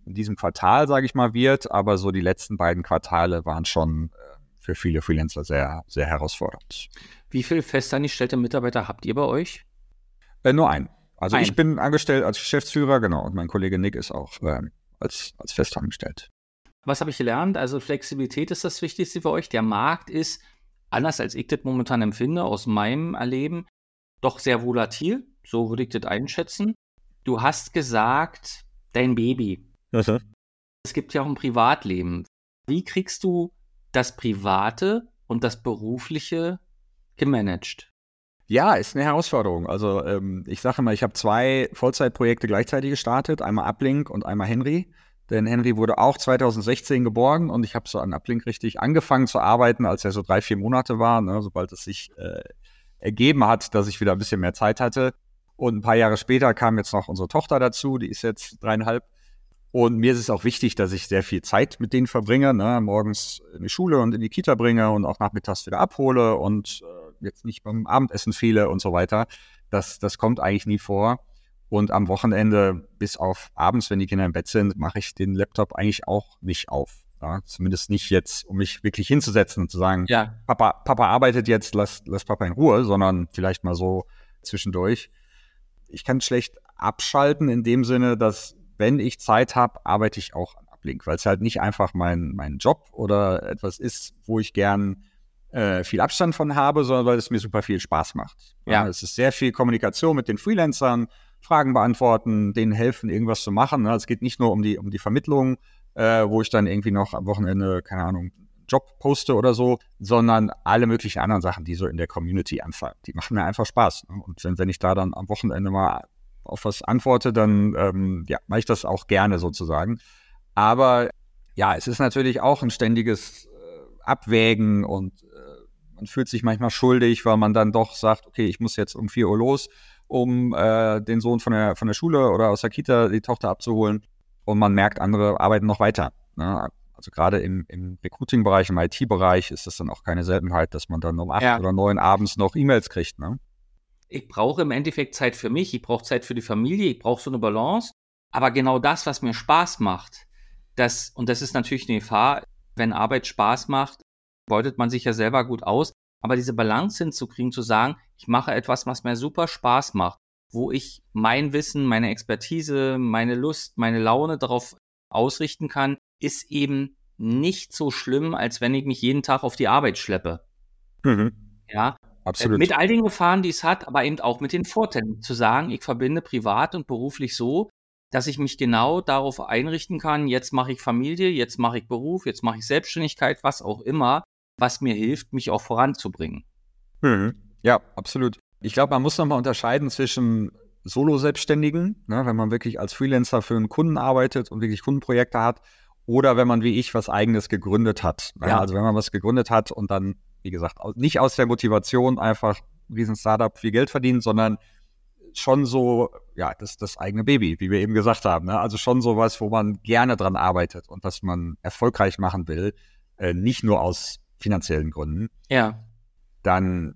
Speaker 1: in diesem Quartal, sage ich mal, wird, aber so die letzten beiden Quartale waren schon äh, für viele Freelancer sehr, sehr herausfordernd.
Speaker 3: Wie viele festangestellte Mitarbeiter habt ihr bei euch?
Speaker 1: Äh, nur einen. Also
Speaker 3: Ein.
Speaker 1: ich bin angestellt als Geschäftsführer, genau, und mein Kollege Nick ist auch ähm, als, als festangestellt.
Speaker 3: Was habe ich gelernt? Also Flexibilität ist das Wichtigste für euch. Der Markt ist, anders als ich das momentan empfinde, aus meinem Erleben, doch sehr volatil. So würde ich das einschätzen. Du hast gesagt, dein Baby.
Speaker 1: Mhm.
Speaker 3: Es gibt ja auch ein Privatleben. Wie kriegst du das Private und das Berufliche gemanagt?
Speaker 1: Ja, ist eine Herausforderung. Also ähm, ich sage mal, ich habe zwei Vollzeitprojekte gleichzeitig gestartet, einmal Uplink und einmal Henry. Denn Henry wurde auch zwanzig sechzehn geboren und ich habe so an Uplink richtig angefangen zu arbeiten, als er so drei, vier Monate war, ne, sobald es sich äh, ergeben hat, dass ich wieder ein bisschen mehr Zeit hatte. Und ein paar Jahre später kam jetzt noch unsere Tochter dazu, die ist jetzt dreieinhalb. Und mir ist es auch wichtig, dass ich sehr viel Zeit mit denen verbringe, ne, morgens in die Schule und in die Kita bringe und auch nachmittags wieder abhole und äh, jetzt nicht beim Abendessen fehle und so weiter. Das, das kommt eigentlich nie vor. Und am Wochenende, bis auf abends, wenn die Kinder im Bett sind, mache ich den Laptop eigentlich auch nicht auf. Ja, zumindest nicht jetzt, um mich wirklich hinzusetzen und zu sagen,
Speaker 3: Ja.
Speaker 1: Papa, Papa arbeitet jetzt, lass, lass Papa in Ruhe, sondern vielleicht mal so zwischendurch. Ich kann schlecht abschalten in dem Sinne, dass wenn ich Zeit habe, arbeite ich auch an Uplink, weil es halt nicht einfach mein, mein Job oder etwas ist, wo ich gern äh, viel Abstand von habe, sondern weil es mir super viel Spaß macht. Ja. Ja, es ist sehr viel Kommunikation mit den Freelancern, Fragen beantworten, denen helfen, irgendwas zu machen. Ne? Es geht nicht nur um die, um die Vermittlung, äh, wo ich dann irgendwie noch am Wochenende, keine Ahnung, Job poste oder so, sondern alle möglichen anderen Sachen, die so in der Community anfallen. Die machen mir einfach Spaß. Ne? Und wenn, wenn ich da dann am Wochenende mal auf was antworte, dann ähm, ja, mache ich das auch gerne sozusagen. Aber ja, es ist natürlich auch ein ständiges äh, Abwägen und äh, man fühlt sich manchmal schuldig, weil man dann doch sagt, okay, ich muss jetzt um vier Uhr los, um äh, den Sohn von der, von der Schule oder aus der Kita, die Tochter abzuholen. Und man merkt, andere arbeiten noch weiter. Ne? Also gerade im, im Recruiting-Bereich, im I T-Bereich ist das dann auch keine Seltenheit, dass man dann um acht ja. oder neun abends noch E-Mails kriegt. Ne?
Speaker 3: Ich brauche im Endeffekt Zeit für mich, ich brauche Zeit für die Familie, ich brauche so eine Balance. Aber genau das, was mir Spaß macht, das, und das ist natürlich eine Gefahr, wenn Arbeit Spaß macht, beutet man sich ja selber gut aus. Aber diese Balance hinzukriegen, zu sagen, ich mache etwas, was mir super Spaß macht, wo ich mein Wissen, meine Expertise, meine Lust, meine Laune darauf ausrichten kann, ist eben nicht so schlimm, als wenn ich mich jeden Tag auf die Arbeit schleppe.
Speaker 1: Mhm.
Speaker 3: Ja,
Speaker 1: absolut.
Speaker 3: Mit all den Gefahren, die es hat, aber eben auch mit den Vorteilen. Zu sagen, ich verbinde privat und beruflich so, dass ich mich genau darauf einrichten kann, jetzt mache ich Familie, jetzt mache ich Beruf, jetzt mache ich Selbstständigkeit, was auch immer, was mir hilft, mich auch voranzubringen.
Speaker 1: Mhm. Ja, absolut. Ich glaube, man muss nochmal unterscheiden zwischen Solo-Selbstständigen, ne, wenn man wirklich als Freelancer für einen Kunden arbeitet und wirklich Kundenprojekte hat, oder wenn man wie ich was Eigenes gegründet hat. Ne? Ja. Also wenn man was gegründet hat und dann, wie gesagt, nicht aus der Motivation einfach riesen Startup viel Geld verdient, sondern schon so, ja, das das eigene Baby, wie wir eben gesagt haben. Ne? Also schon sowas, wo man gerne dran arbeitet und was man erfolgreich machen will, äh, nicht nur aus finanziellen Gründen.
Speaker 3: Ja.
Speaker 1: Dann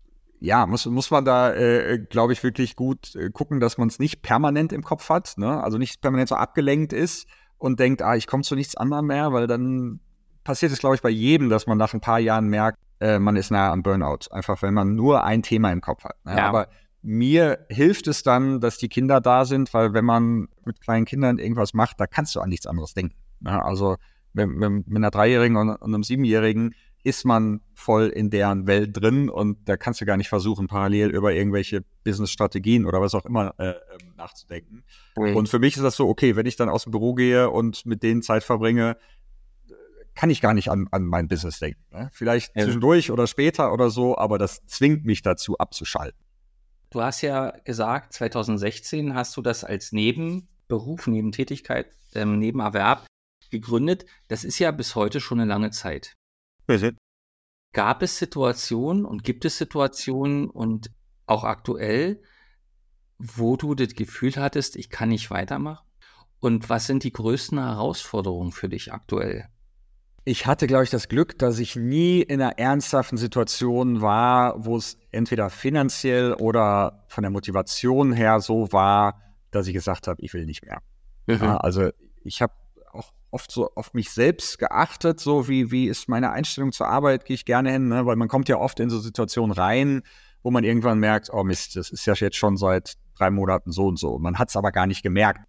Speaker 1: ja, muss, muss man da, äh, glaube ich, wirklich gut äh, gucken, dass man es nicht permanent im Kopf hat, ne? Also nicht permanent so abgelenkt ist und denkt, ah, ich komme zu nichts anderem mehr, weil dann passiert es, glaube ich, bei jedem, dass man nach ein paar Jahren merkt, äh, man ist nahe am Burnout. Einfach, wenn man nur ein Thema im Kopf hat. Ne?
Speaker 3: Ja.
Speaker 1: Aber mir hilft es dann, dass die Kinder da sind, weil wenn man mit kleinen Kindern irgendwas macht, da kannst du an nichts anderes denken. Ne? Also mit, mit, mit einer Dreijährigen und, und einem Siebenjährigen ist man voll in deren Welt drin und da kannst du gar nicht versuchen, parallel über irgendwelche Business-Strategien oder was auch immer äh, nachzudenken. Mhm. Und für mich ist das so, okay, wenn ich dann aus dem Büro gehe und mit denen Zeit verbringe, kann ich gar nicht an, an mein Business denken. Ne? Vielleicht ja. zwischendurch oder später oder so, aber das zwingt mich dazu, abzuschalten.
Speaker 3: Du hast ja gesagt, zwanzig sechzehn hast du das als Nebenberuf, Nebentätigkeit, ähm, Nebenerwerb gegründet. Das ist ja bis heute schon eine lange Zeit.
Speaker 1: Bitte.
Speaker 3: Gab es Situationen und gibt es Situationen und auch aktuell, wo du das Gefühl hattest, ich kann nicht weitermachen? Und was sind die größten Herausforderungen für dich aktuell?
Speaker 1: Ich hatte, glaube ich, das Glück, dass ich nie in einer ernsthaften Situation war, wo es entweder finanziell oder von der Motivation her so war, dass ich gesagt habe, ich will nicht mehr. Mhm. Ja, also ich habe oft so auf mich selbst geachtet, so wie, wie ist meine Einstellung zur Arbeit, gehe ich gerne hin, ne? Weil man kommt ja oft in so Situationen rein, wo man irgendwann merkt, oh Mist, das ist ja jetzt schon seit drei Monaten so und so. Man hat es aber gar nicht gemerkt.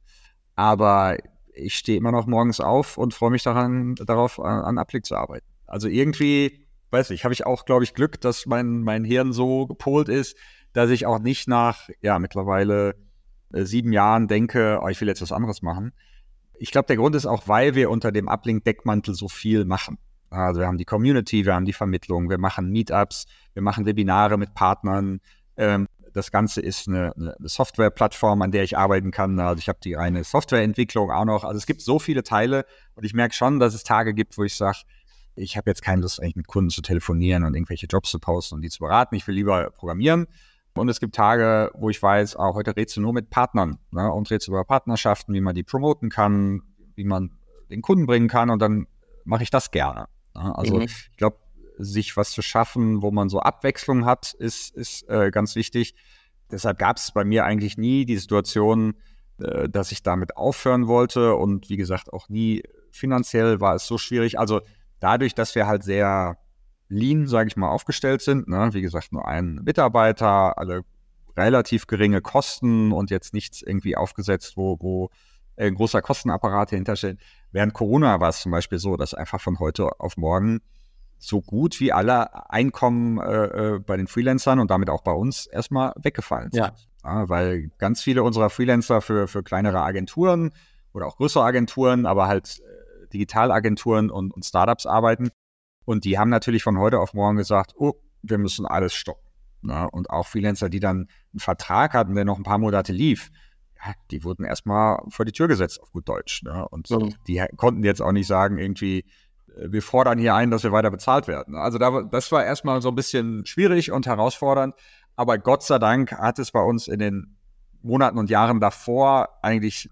Speaker 1: Aber ich stehe immer noch morgens auf und freue mich daran, darauf, an Uplink zu arbeiten. Also irgendwie, weiß ich, habe ich auch, glaube ich, Glück, dass mein, mein Hirn so gepolt ist, dass ich auch nicht nach, ja, mittlerweile äh, sieben Jahren denke, oh, ich will jetzt was anderes machen. Ich glaube, der Grund ist auch, weil wir unter dem Uplink-Deckmantel so viel machen. Also wir haben die Community, wir haben die Vermittlung, wir machen Meetups, wir machen Webinare mit Partnern. Ähm, das Ganze ist eine, eine Softwareplattform, an der ich arbeiten kann. Also ich habe die reine Softwareentwicklung auch noch. Also es gibt so viele Teile und ich merke schon, dass es Tage gibt, wo ich sage, ich habe jetzt keine Lust, eigentlich mit Kunden zu telefonieren und irgendwelche Jobs zu posten und die zu beraten. Ich will lieber programmieren. Und es gibt Tage, wo ich weiß, auch heute redest du nur mit Partnern, ne, und redest über Partnerschaften, wie man die promoten kann, wie man den Kunden bringen kann, und dann mache ich das gerne. Ne? Also mhm. ich glaube, sich was zu schaffen, wo man so Abwechslung hat, ist, ist äh, ganz wichtig. Deshalb gab es bei mir eigentlich nie die Situation, äh, dass ich damit aufhören wollte, und wie gesagt, auch nie finanziell war es so schwierig. Also dadurch, dass wir halt sehr lean, sage ich mal, aufgestellt sind, ne? Wie gesagt, nur ein Mitarbeiter, alle relativ geringe Kosten und jetzt nichts irgendwie aufgesetzt, wo, wo ein großer Kostenapparat hintersteht. Während Corona war es zum Beispiel so, dass einfach von heute auf morgen so gut wie alle Einkommen äh, bei den Freelancern und damit auch bei uns erstmal weggefallen sind.
Speaker 3: Ja.
Speaker 1: Ja, weil ganz viele unserer Freelancer für, für kleinere Agenturen oder auch größere Agenturen, aber halt äh, Digitalagenturen und, und Startups arbeiten. Und die haben natürlich von heute auf morgen gesagt, oh, wir müssen alles stoppen. Ja, und auch Freelancer, die dann einen Vertrag hatten, der noch ein paar Monate lief, ja, die wurden erstmal vor die Tür gesetzt, auf gut Deutsch. Ja, und ja. die konnten jetzt auch nicht sagen, irgendwie, wir fordern hier ein, dass wir weiter bezahlt werden. Also da, das war erstmal so ein bisschen schwierig und herausfordernd. Aber Gott sei Dank hat es bei uns in den Monaten und Jahren davor eigentlich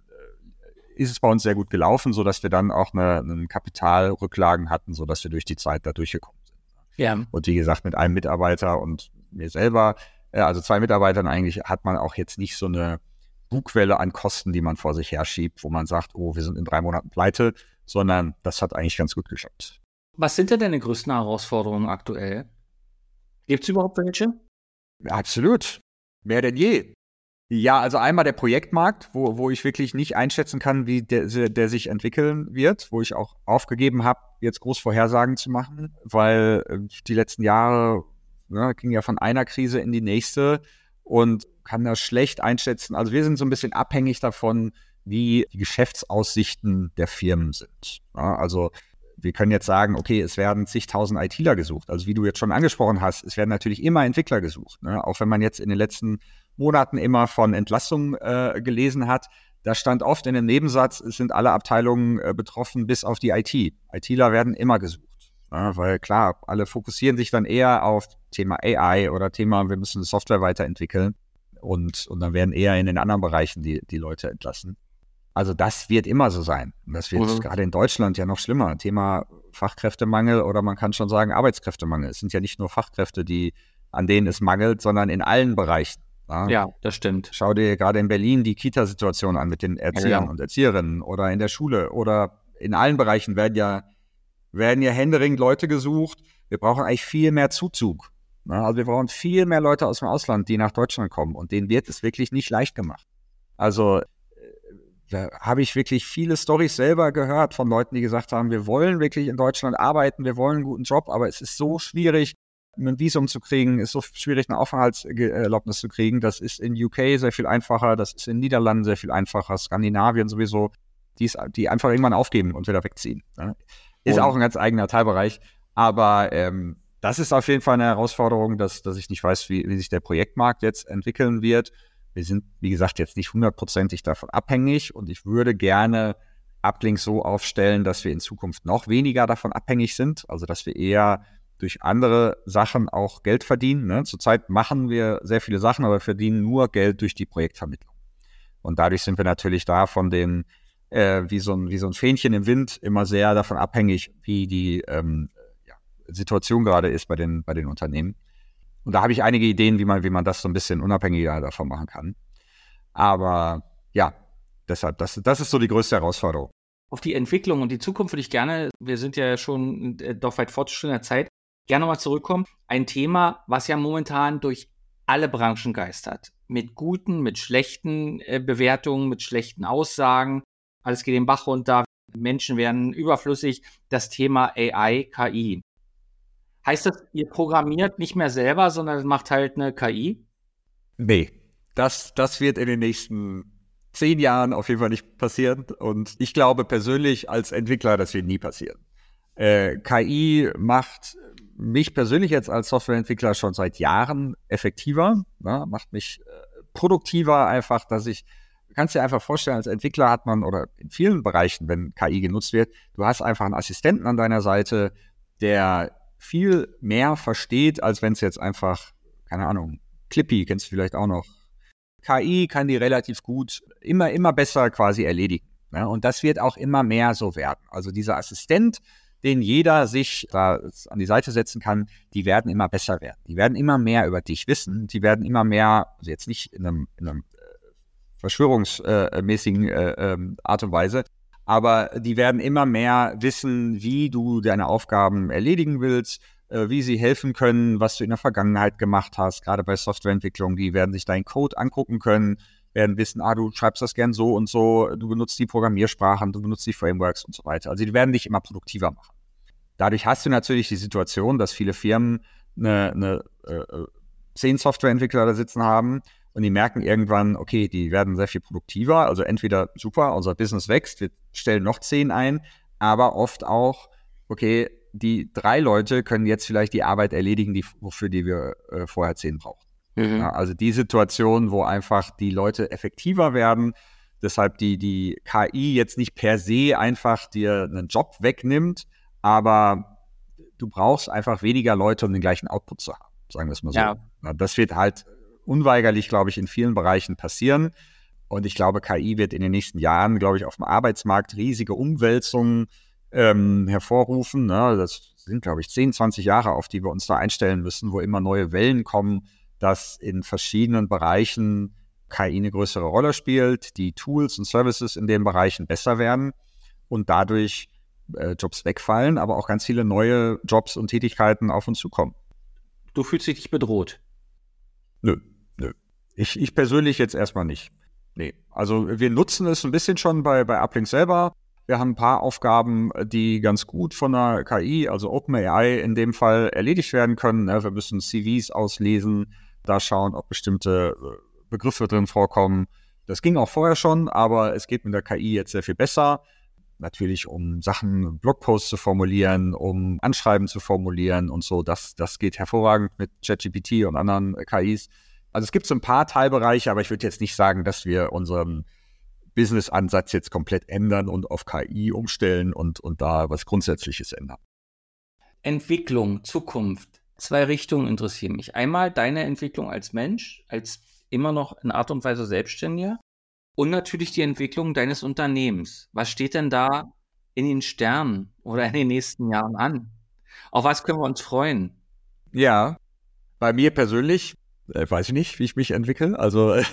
Speaker 1: ist es bei uns sehr gut gelaufen, sodass wir dann auch eine, eine Kapitalrücklagen hatten, sodass wir durch die Zeit da durchgekommen sind.
Speaker 3: Ja.
Speaker 1: Und wie gesagt, mit einem Mitarbeiter und mir selber, also zwei Mitarbeitern eigentlich, hat man auch jetzt nicht so eine Bugwelle an Kosten, die man vor sich herschiebt, wo man sagt, oh, wir sind in drei Monaten pleite, sondern das hat eigentlich ganz gut geklappt.
Speaker 3: Was sind denn deine größten Herausforderungen aktuell? Gibt es überhaupt welche?
Speaker 1: Ja, absolut. Mehr denn je. Ja, also einmal der Projektmarkt, wo, wo ich wirklich nicht einschätzen kann, wie der, der sich entwickeln wird, wo ich auch aufgegeben habe, jetzt groß Vorhersagen zu machen, weil die letzten Jahre ne, ging ja von einer Krise in die nächste und kann das schlecht einschätzen. Also wir sind so ein bisschen abhängig davon, wie die Geschäftsaussichten der Firmen sind. Ja, also wir können jetzt sagen, okay, es werden zigtausend ITler gesucht. Also wie du jetzt schon angesprochen hast, es werden natürlich immer Entwickler gesucht. Ne? Auch wenn man jetzt in den letzten Monaten immer von Entlassungen äh, gelesen hat, da stand oft in dem Nebensatz, es sind alle Abteilungen äh, betroffen, bis auf die I T. ITler werden immer gesucht. Ja, weil klar, alle fokussieren sich dann eher auf Thema A I oder Thema, wir müssen Software weiterentwickeln. Und, und dann werden eher in den anderen Bereichen die, die Leute entlassen. Also das wird immer so sein. Und das wird mhm. gerade in Deutschland ja noch schlimmer. Thema Fachkräftemangel oder man kann schon sagen Arbeitskräftemangel. Es sind ja nicht nur Fachkräfte, die, an denen es mangelt, sondern in allen Bereichen. Ja,
Speaker 3: ja, das stimmt.
Speaker 1: Schau dir gerade in Berlin die Kita-Situation an mit den Erziehern ja, ja. und Erzieherinnen oder in der Schule oder in allen Bereichen werden ja, werden ja händeringend Leute gesucht. Wir brauchen eigentlich viel mehr Zuzug. Ja, also wir brauchen viel mehr Leute aus dem Ausland, die nach Deutschland kommen und denen wird es wirklich nicht leicht gemacht. Also da habe ich wirklich viele Storys selber gehört von Leuten, die gesagt haben, wir wollen wirklich in Deutschland arbeiten, wir wollen einen guten Job, aber es ist so schwierig, ein Visum zu kriegen, ist so schwierig, eine Aufenthaltserlaubnis zu kriegen. Das ist in U K sehr viel einfacher, das ist in den Niederlanden sehr viel einfacher, Skandinavien sowieso, die, ist, die einfach irgendwann aufgeben und wieder wegziehen. Ja. Ist und auch ein ganz eigener Teilbereich, aber ähm, das ist auf jeden Fall eine Herausforderung, dass, dass ich nicht weiß, wie, wie sich der Projektmarkt jetzt entwickeln wird. Wir sind, wie gesagt, jetzt nicht hundertprozentig davon abhängig und ich würde gerne Uplink so aufstellen, dass wir in Zukunft noch weniger davon abhängig sind, also dass wir eher durch andere Sachen auch Geld verdienen. Ne? Zurzeit machen wir sehr viele Sachen, aber wir verdienen nur Geld durch die Projektvermittlung. Und dadurch sind wir natürlich da von den, äh, wie, so ein, wie so ein Fähnchen im Wind, immer sehr davon abhängig, wie die ähm, ja, Situation gerade ist bei den, bei den Unternehmen. Und da habe ich einige Ideen, wie man, wie man das so ein bisschen unabhängiger davon machen kann. Aber ja, deshalb, das, das ist so die größte Herausforderung.
Speaker 3: auf die Entwicklung und die Zukunft würde ich gerne, wir sind ja schon äh, doch weit fortgeschrittener Zeit, gerne nochmal zurückkommen. Ein Thema, was ja momentan durch alle Branchen geistert. Mit guten, mit schlechten äh, Bewertungen, mit schlechten Aussagen. Alles geht den Bach runter. Menschen werden überflüssig. Das Thema A I, K I. Heißt das, ihr programmiert nicht mehr selber, sondern es macht halt eine K I?
Speaker 1: Nee, das, das wird in den nächsten zehn Jahren auf jeden Fall nicht passieren. Und ich glaube persönlich als Entwickler, das wird nie passieren. Äh, K I macht mich persönlich jetzt als Softwareentwickler schon seit Jahren effektiver, ne? Macht mich äh, produktiver einfach, dass ich, du kannst dir einfach vorstellen, als Entwickler hat man, oder in vielen Bereichen, wenn K I genutzt wird, du hast einfach einen Assistenten an deiner Seite, der viel mehr versteht, als wenn es jetzt einfach, keine Ahnung, Clippy kennst du vielleicht auch noch. K I kann die relativ gut, immer, immer besser quasi erledigen. Ne? Und das wird auch immer mehr so werden. Also dieser Assistent, den jeder sich da an die Seite setzen kann, die werden immer besser werden. Die werden immer mehr über dich wissen. Die werden immer mehr, also jetzt nicht in einem, in einem verschwörungsmäßigen äh, äh, Art und Weise, aber die werden immer mehr wissen, wie du deine Aufgaben erledigen willst, äh, wie sie helfen können, was du in der Vergangenheit gemacht hast, gerade bei Softwareentwicklung. Die werden sich deinen Code angucken können, werden wissen, ah, du schreibst das gern so und so, du benutzt die Programmiersprachen, du benutzt die Frameworks und so weiter. Also die werden dich immer produktiver machen. Dadurch hast du natürlich die Situation, dass viele Firmen eine, eine äh, zehn Softwareentwickler da sitzen haben und die merken irgendwann, okay, die werden sehr viel produktiver, also entweder super, unser Business wächst, wir stellen noch zehn ein, aber oft auch, okay, die drei Leute können jetzt vielleicht die Arbeit erledigen, die, wofür die wir äh, vorher zehn brauchen. Mhm. Ja, also die Situation, wo einfach die Leute effektiver werden, deshalb die, die K I jetzt nicht per se einfach dir einen Job wegnimmt, aber du brauchst einfach weniger Leute, um den gleichen Output zu haben, sagen wir es mal so. Ja. Ja, das wird halt unweigerlich, glaube ich, in vielen Bereichen passieren. Und ich glaube, K I wird in den nächsten Jahren, glaube ich, auf dem Arbeitsmarkt riesige Umwälzungen ähm, hervorrufen. Ne? Das sind, glaube ich, zehn, zwanzig Jahre, auf die wir uns da einstellen müssen, wo immer neue Wellen kommen, dass in verschiedenen Bereichen K I eine größere Rolle spielt, die Tools und Services in den Bereichen besser werden und dadurch äh, Jobs wegfallen, aber auch ganz viele neue Jobs und Tätigkeiten auf uns zukommen.
Speaker 3: Du fühlst dich bedroht?
Speaker 1: Nö, nö. Ich, ich persönlich jetzt erstmal nicht. Nee, also wir nutzen es ein bisschen schon bei, bei Uplink selber. Wir haben ein paar Aufgaben, die ganz gut von der K I, also OpenAI in dem Fall, erledigt werden können. Wir müssen C Vs auslesen, da schauen, ob bestimmte Begriffe drin vorkommen. Das ging auch vorher schon, aber es geht mit der K I jetzt sehr viel besser. Natürlich, um Sachen, Blogposts zu formulieren, um Anschreiben zu formulieren und so. Das, das geht hervorragend mit ChatGPT und anderen K Is. Also es gibt so ein paar Teilbereiche, aber ich würde jetzt nicht sagen, dass wir unseren Business-Ansatz jetzt komplett ändern und auf K I umstellen und, und da was Grundsätzliches ändern.
Speaker 3: Entwicklung, Zukunft. Zwei Richtungen interessieren mich. Einmal deine Entwicklung als Mensch, als immer noch in Art und Weise Selbstständiger. Und natürlich die Entwicklung deines Unternehmens. Was steht denn da in den Sternen oder in den nächsten Jahren an? Auf was können wir uns freuen?
Speaker 1: Ja, bei mir persönlich, äh, weiß ich nicht, wie ich mich entwickle. Also äh,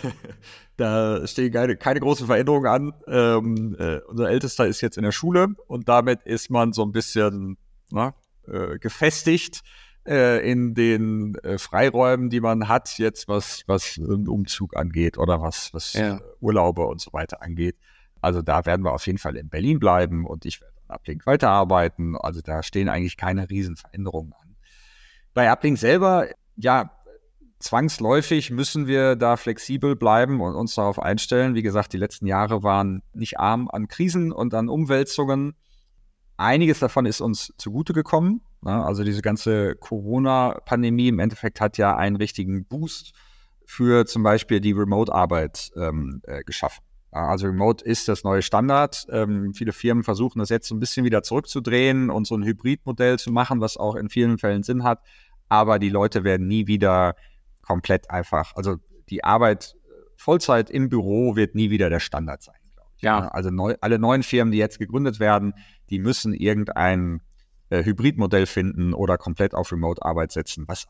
Speaker 1: da stehen keine, keine großen Veränderungen an. Ähm, äh, unser Ältester ist jetzt in der Schule und damit ist man so ein bisschen na, äh, gefestigt äh, in den äh, Freiräumen, die man hat, jetzt was, was einen Umzug angeht oder was, was ja. Urlaube und so weiter angeht. Also da werden wir auf jeden Fall in Berlin bleiben und ich werde an Uplink weiterarbeiten. Also da stehen eigentlich keine riesen Veränderungen an. Bei Uplink selber, ja, zwangsläufig müssen wir da flexibel bleiben und uns darauf einstellen. Wie gesagt, die letzten Jahre waren nicht arm an Krisen und an Umwälzungen. Einiges davon ist uns zugute gekommen. Also diese ganze Corona-Pandemie im Endeffekt hat ja einen richtigen Boost für zum Beispiel die Remote-Arbeit ähm, äh, geschaffen. Also Remote ist das neue Standard. Ähm, viele Firmen versuchen das jetzt so ein bisschen wieder zurückzudrehen und so ein Hybridmodell zu machen, was auch in vielen Fällen Sinn hat. Aber die Leute werden nie wieder komplett einfach, also die Arbeit Vollzeit im Büro wird nie wieder der Standard sein, glaube ich. Ja. Also neu, alle neuen Firmen, die jetzt gegründet werden, die müssen irgendein äh, Hybridmodell finden oder komplett auf Remote-Arbeit setzen, was auch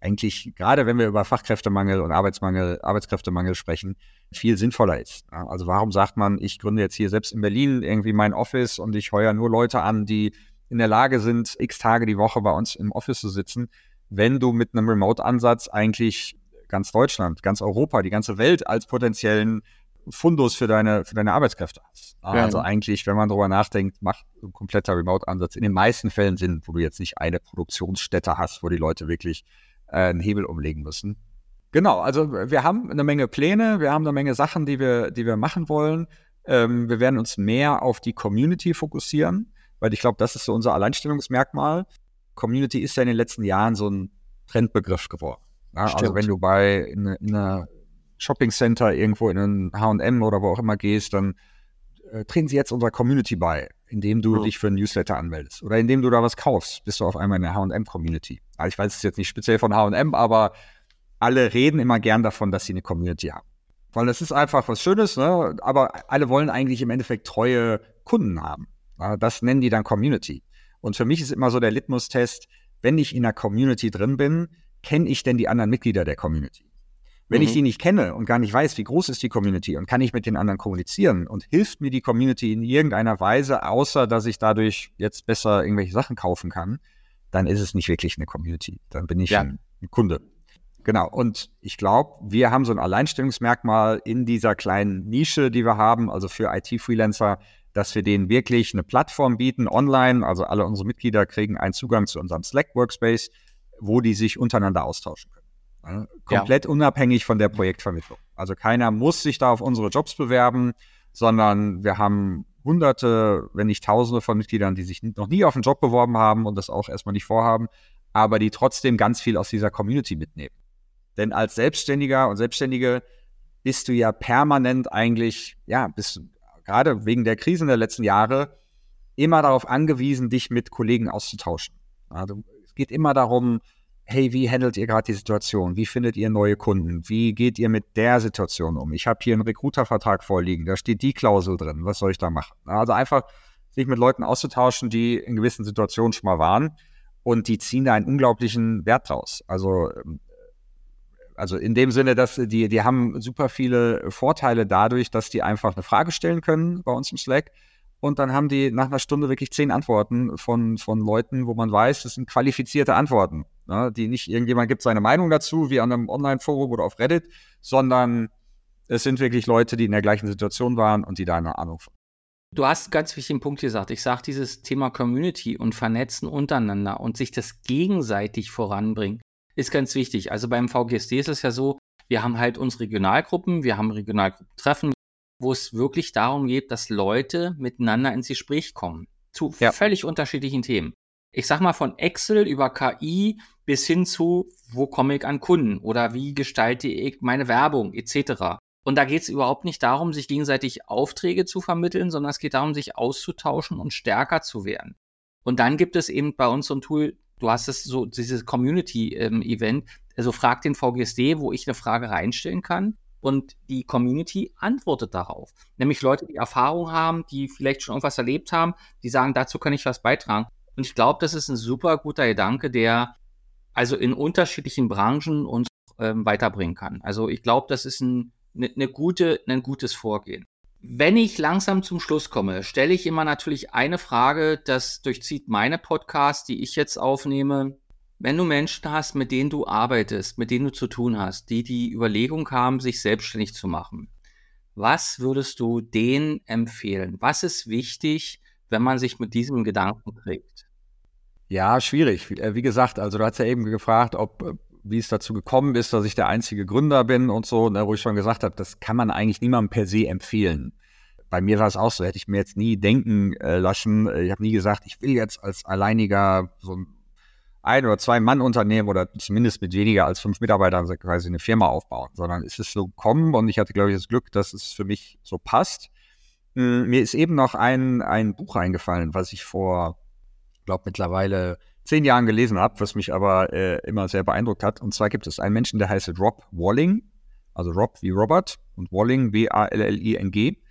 Speaker 1: eigentlich, gerade wenn wir über Fachkräftemangel und Arbeitsmangel, Arbeitskräftemangel sprechen, viel sinnvoller ist. Ja, also warum sagt man, ich gründe jetzt hier selbst in Berlin irgendwie mein Office und ich heuere nur Leute an, die in der Lage sind, x Tage die Woche bei uns im Office zu sitzen, wenn du mit einem Remote-Ansatz eigentlich ganz Deutschland, ganz Europa, die ganze Welt als potenziellen Fundus für deine, für deine Arbeitskräfte hast. Ja, also eigentlich, wenn man darüber nachdenkt, macht ein kompletter Remote-Ansatz in den meisten Fällen Sinn, wo du jetzt nicht eine Produktionsstätte hast, wo die Leute wirklich äh, einen Hebel umlegen müssen. Genau, also wir haben eine Menge Pläne, wir haben eine Menge Sachen, die wir, die wir machen wollen. Ähm, wir werden uns mehr auf die Community fokussieren, weil ich glaube, das ist so unser Alleinstellungsmerkmal. Community ist ja in den letzten Jahren so ein Trendbegriff geworden. Ja, also wenn du bei in, in einer Shopping Center irgendwo in einen H und M oder wo auch immer gehst, dann äh, treten sie jetzt unserer Community bei, indem du mhm. dich für ein Newsletter anmeldest oder indem du da was kaufst, bist du auf einmal in der H und M Community. Also ich weiß es jetzt nicht speziell von H und M, aber alle reden immer gern davon, dass sie eine Community haben. Weil das ist einfach was Schönes, ne? Aber alle wollen eigentlich im Endeffekt treue Kunden haben. Ja, das nennen die dann Community. Und für mich ist immer so der Litmus-Test, wenn ich in einer Community drin bin, kenne ich denn die anderen Mitglieder der Community? Wenn mhm. ich die nicht kenne und gar nicht weiß, wie groß ist die Community und kann ich mit den anderen kommunizieren und hilft mir die Community in irgendeiner Weise, außer dass ich dadurch jetzt besser irgendwelche Sachen kaufen kann, dann ist es nicht wirklich eine Community. Dann bin ich ja. ein, ein Kunde. Genau. Und ich glaube, wir haben so ein Alleinstellungsmerkmal in dieser kleinen Nische, die wir haben, also für I T-Freelancer, dass wir denen wirklich eine Plattform bieten, online. Also alle unsere Mitglieder kriegen einen Zugang zu unserem Slack-Workspace, wo die sich untereinander austauschen können. Ja, komplett ja. unabhängig von der Projektvermittlung. Also keiner muss sich da auf unsere Jobs bewerben, sondern wir haben Hunderte, wenn nicht Tausende von Mitgliedern, die sich noch nie auf einen Job beworben haben und das auch erstmal nicht vorhaben, aber die trotzdem ganz viel aus dieser Community mitnehmen. Denn als Selbstständiger und Selbstständige bist du ja permanent eigentlich, ja, bist gerade wegen der Krisen der letzten Jahre immer darauf angewiesen, dich mit Kollegen auszutauschen. Also es geht immer darum, hey, wie handelt ihr gerade die Situation? Wie findet ihr neue Kunden? Wie geht ihr mit der Situation um? Ich habe hier einen Recruiter-Vertrag vorliegen, da steht die Klausel drin. Was soll ich da machen? Also einfach sich mit Leuten auszutauschen, die in gewissen Situationen schon mal waren und die ziehen da einen unglaublichen Wert draus. Also Also in dem Sinne, dass die, die haben super viele Vorteile dadurch, dass die einfach eine Frage stellen können bei uns im Slack und dann haben die nach einer Stunde wirklich zehn Antworten von, von Leuten, wo man weiß, das sind qualifizierte Antworten, ne? Die nicht irgendjemand gibt seine Meinung dazu, wie an einem Online-Forum oder auf Reddit, sondern es sind wirklich Leute, die in der gleichen Situation waren und die da eine Ahnung von.
Speaker 3: Du hast einen ganz wichtigen Punkt gesagt. Ich sage, dieses Thema Community und Vernetzen untereinander und sich das gegenseitig voranbringen, ist ganz wichtig. Also beim V G S D ist es ja so, wir haben halt unsere Regionalgruppen, wir haben Regionalgruppentreffen, wo es wirklich darum geht, dass Leute miteinander ins Gespräch kommen. Zu ja. völlig unterschiedlichen Themen. Ich sag mal von Excel über K I bis hin zu, wo komme ich an Kunden oder wie gestalte ich meine Werbung et cetera. Und da geht es überhaupt nicht darum, sich gegenseitig Aufträge zu vermitteln, sondern es geht darum, sich auszutauschen und stärker zu werden. Und dann gibt es eben bei uns so ein Tool, du hast es so, dieses Community-Event, ähm, also frag den V G S D, wo ich eine Frage reinstellen kann und die Community antwortet darauf. Nämlich Leute, die Erfahrung haben, die vielleicht schon irgendwas erlebt haben, die sagen, dazu kann ich was beitragen. Und ich glaube, das ist ein super guter Gedanke, der also in unterschiedlichen Branchen uns ähm, weiterbringen kann. Also ich glaube, das ist ein, eine, eine gute, ein gutes Vorgehen. Wenn ich langsam zum Schluss komme, stelle ich immer natürlich eine Frage, das durchzieht meine Podcasts, die ich jetzt aufnehme. Wenn du Menschen hast, mit denen du arbeitest, mit denen du zu tun hast, die die Überlegung haben, sich selbstständig zu machen, was würdest du denen empfehlen? Was ist wichtig, wenn man sich mit diesem Gedanken trägt?
Speaker 1: Ja, schwierig. Wie gesagt, also du hast ja eben gefragt, ob wie es dazu gekommen ist, dass ich der einzige Gründer bin und so, ne, wo ich schon gesagt habe, das kann man eigentlich niemandem per se empfehlen. Bei mir war es auch so, hätte ich mir jetzt nie denken äh, lassen. Ich habe nie gesagt, ich will jetzt als alleiniger so ein ein- oder zwei-Mann-Unternehmen oder zumindest mit weniger als fünf Mitarbeitern quasi eine Firma aufbauen, sondern es ist so gekommen und ich hatte, glaube ich, das Glück, dass es für mich so passt. Hm, mir ist eben noch ein, ein Buch eingefallen, was ich vor, ich glaube, mittlerweile zehn Jahren gelesen habe, was mich aber äh, immer sehr beeindruckt hat. Und zwar gibt es einen Menschen, der heißt Rob Walling, also Rob wie Robert und Walling, W A L L I N G.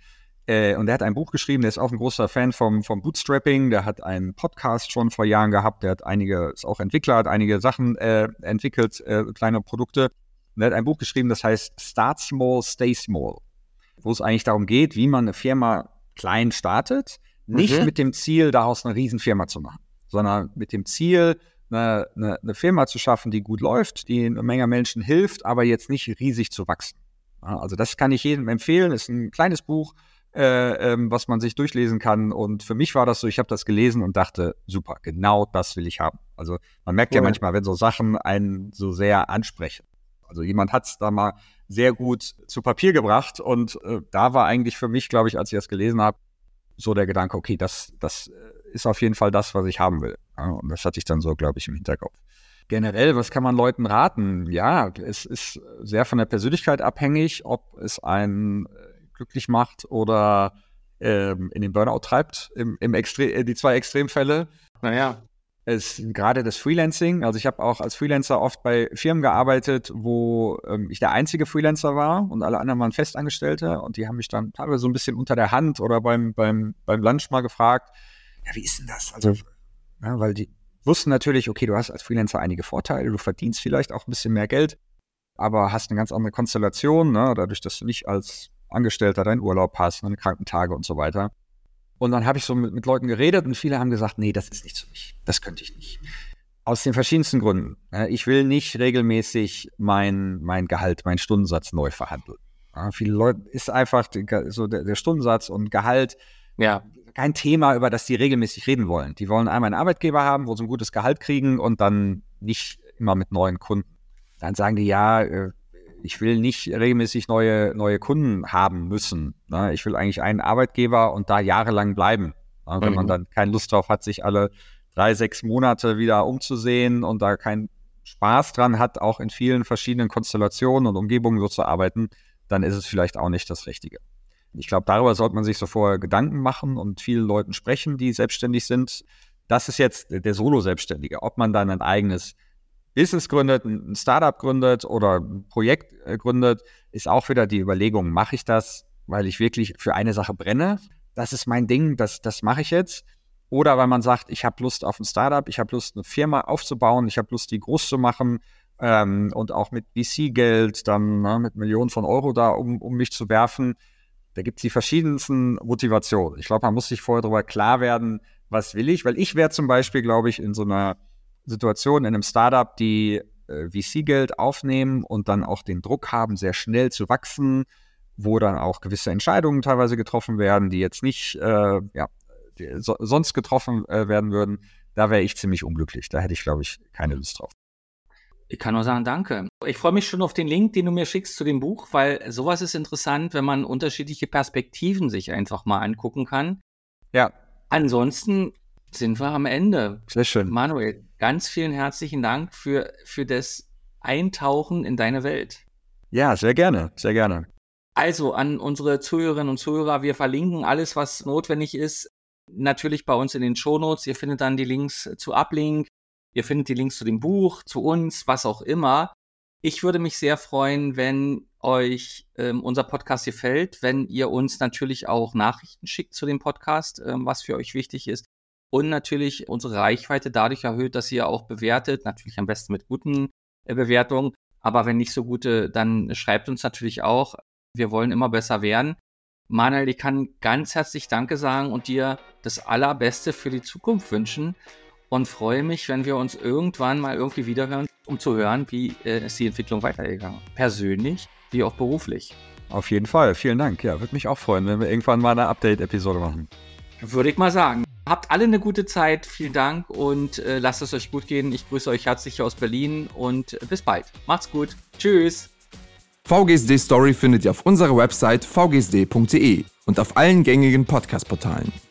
Speaker 1: Äh, und der hat ein Buch geschrieben, der ist auch ein großer Fan vom, vom Bootstrapping, der hat einen Podcast schon vor Jahren gehabt, der hat einige, ist auch Entwickler, hat einige Sachen äh, entwickelt, äh, kleine Produkte. Und er hat ein Buch geschrieben, das heißt Start Small, Stay Small, wo es eigentlich darum geht, wie man eine Firma klein startet, nicht mhm. mit dem Ziel, daraus eine Riesenfirma zu machen, sondern mit dem Ziel, eine, eine, eine Firma zu schaffen, die gut läuft, die eine Menge Menschen hilft, aber jetzt nicht riesig zu wachsen. Ja, also das kann ich jedem empfehlen, ist ein kleines Buch, Äh, ähm, was man sich durchlesen kann. Und für mich war das so, ich habe das gelesen und dachte, super, genau das will ich haben. Also man merkt cool. ja manchmal, wenn so Sachen einen so sehr ansprechen. Also jemand hat es da mal sehr gut zu Papier gebracht und äh, da war eigentlich für mich, glaube ich, als ich das gelesen habe, so der Gedanke, okay, das, das ist auf jeden Fall das, was ich haben will. Ja, und das hatte ich dann so, glaube ich, im Hinterkopf. Generell, was kann man Leuten raten? Ja, es ist sehr von der Persönlichkeit abhängig, ob es einen glücklich macht oder ähm, in den Burnout treibt, im, im Extre- die zwei Extremfälle.
Speaker 3: Naja.
Speaker 1: Es gerade das Freelancing, also ich habe auch als Freelancer oft bei Firmen gearbeitet, wo ähm, ich der einzige Freelancer war und alle anderen waren Festangestellte und die haben mich dann teilweise so ein bisschen unter der Hand oder beim, beim, beim Lunch mal gefragt, ja, wie ist denn das? Also, ja, weil die wussten natürlich, okay, du hast als Freelancer einige Vorteile, du verdienst vielleicht auch ein bisschen mehr Geld, aber hast eine ganz andere Konstellation, ne, dadurch, dass du nicht als Angestellter deinen Urlaub hast, deine Krankentage und so weiter. Und dann habe ich so mit, mit Leuten geredet und viele haben gesagt, nee, das ist nichts für mich. Das könnte ich nicht. Aus den verschiedensten Gründen. Ich will nicht regelmäßig mein, mein Gehalt, meinen Stundensatz neu verhandeln. Ja, viele Leute ist einfach so der, der Stundensatz und Gehalt
Speaker 3: ja
Speaker 1: kein Thema, über das die regelmäßig reden wollen. Die wollen einmal einen Arbeitgeber haben, wo sie ein gutes Gehalt kriegen und dann nicht immer mit neuen Kunden. Dann sagen die, ja, äh, ich will nicht regelmäßig neue, neue Kunden haben müssen. Ne? Ich will eigentlich einen Arbeitgeber und da jahrelang bleiben. Ne? Wenn mhm. man dann keine Lust drauf hat, sich alle drei, sechs Monate wieder umzusehen und da keinen Spaß dran hat, auch in vielen verschiedenen Konstellationen und Umgebungen so zu arbeiten, dann ist es vielleicht auch nicht das Richtige. Ich glaube, darüber sollte man sich so vorher Gedanken machen und vielen Leuten sprechen, die selbstständig sind. Das ist jetzt der Solo-Selbstständige. Ob man dann ein eigenes Business gründet, ein Startup gründet oder ein Projekt gründet, ist auch wieder die Überlegung, mache ich das, weil ich wirklich für eine Sache brenne? Das ist mein Ding, das, das mache ich jetzt. Oder weil man sagt, ich habe Lust auf ein Startup, ich habe Lust, eine Firma aufzubauen, ich habe Lust, die groß zu machen ähm, und auch mit V C-Geld dann ne, mit Millionen von Euro da um, um mich zu werfen. Da gibt es die verschiedensten Motivationen. Ich glaube, man muss sich vorher darüber klar werden, was will ich? Weil ich wäre zum Beispiel, glaube ich, in so einer Situation in einem Startup, die äh, V C-Geld aufnehmen und dann auch den Druck haben, sehr schnell zu wachsen, wo dann auch gewisse Entscheidungen teilweise getroffen werden, die jetzt nicht äh, ja, die so, sonst getroffen äh, werden würden. Da wäre ich ziemlich unglücklich. Da hätte ich, glaube ich, keine Lust drauf.
Speaker 3: Ich kann nur sagen, danke. Ich freue mich schon auf den Link, den du mir schickst zu dem Buch, weil sowas ist interessant, wenn man unterschiedliche Perspektiven sich einfach mal angucken kann.
Speaker 1: Ja.
Speaker 3: Ansonsten sind wir am Ende.
Speaker 1: Sehr schön.
Speaker 3: Manuel, ganz vielen herzlichen Dank für, für das Eintauchen in deine Welt.
Speaker 1: Ja, sehr gerne, sehr gerne.
Speaker 3: Also an unsere Zuhörerinnen und Zuhörer, wir verlinken alles, was notwendig ist, natürlich bei uns in den Shownotes. Ihr findet dann die Links zu Uplink, ihr findet die Links zu dem Buch, zu uns, was auch immer. Ich würde mich sehr freuen, wenn euch ähm, unser Podcast gefällt, wenn ihr uns natürlich auch Nachrichten schickt zu dem Podcast, ähm, was für euch wichtig ist. Und natürlich unsere Reichweite dadurch erhöht, dass ihr auch bewertet, natürlich am besten mit guten äh, Bewertungen, aber wenn nicht so gute, dann schreibt uns natürlich auch. Wir wollen immer besser werden. Manuel, ich kann ganz herzlich Danke sagen und dir das Allerbeste für die Zukunft wünschen und freue mich, wenn wir uns irgendwann mal irgendwie wiederhören, um zu hören, wie äh, ist die Entwicklung weitergegangen. Persönlich wie auch beruflich.
Speaker 1: Auf jeden Fall, vielen Dank. Ja, würde mich auch freuen, wenn wir irgendwann mal eine Update-Episode machen.
Speaker 3: Würde ich mal sagen. Habt alle eine gute Zeit, vielen Dank und äh, lasst es euch gut gehen. Ich grüße euch herzlich hier aus Berlin und äh, bis bald. Macht's gut. Tschüss.
Speaker 2: V G S D Story findet ihr auf unserer Website v g s d punkt d e und auf allen gängigen Podcast-Portalen.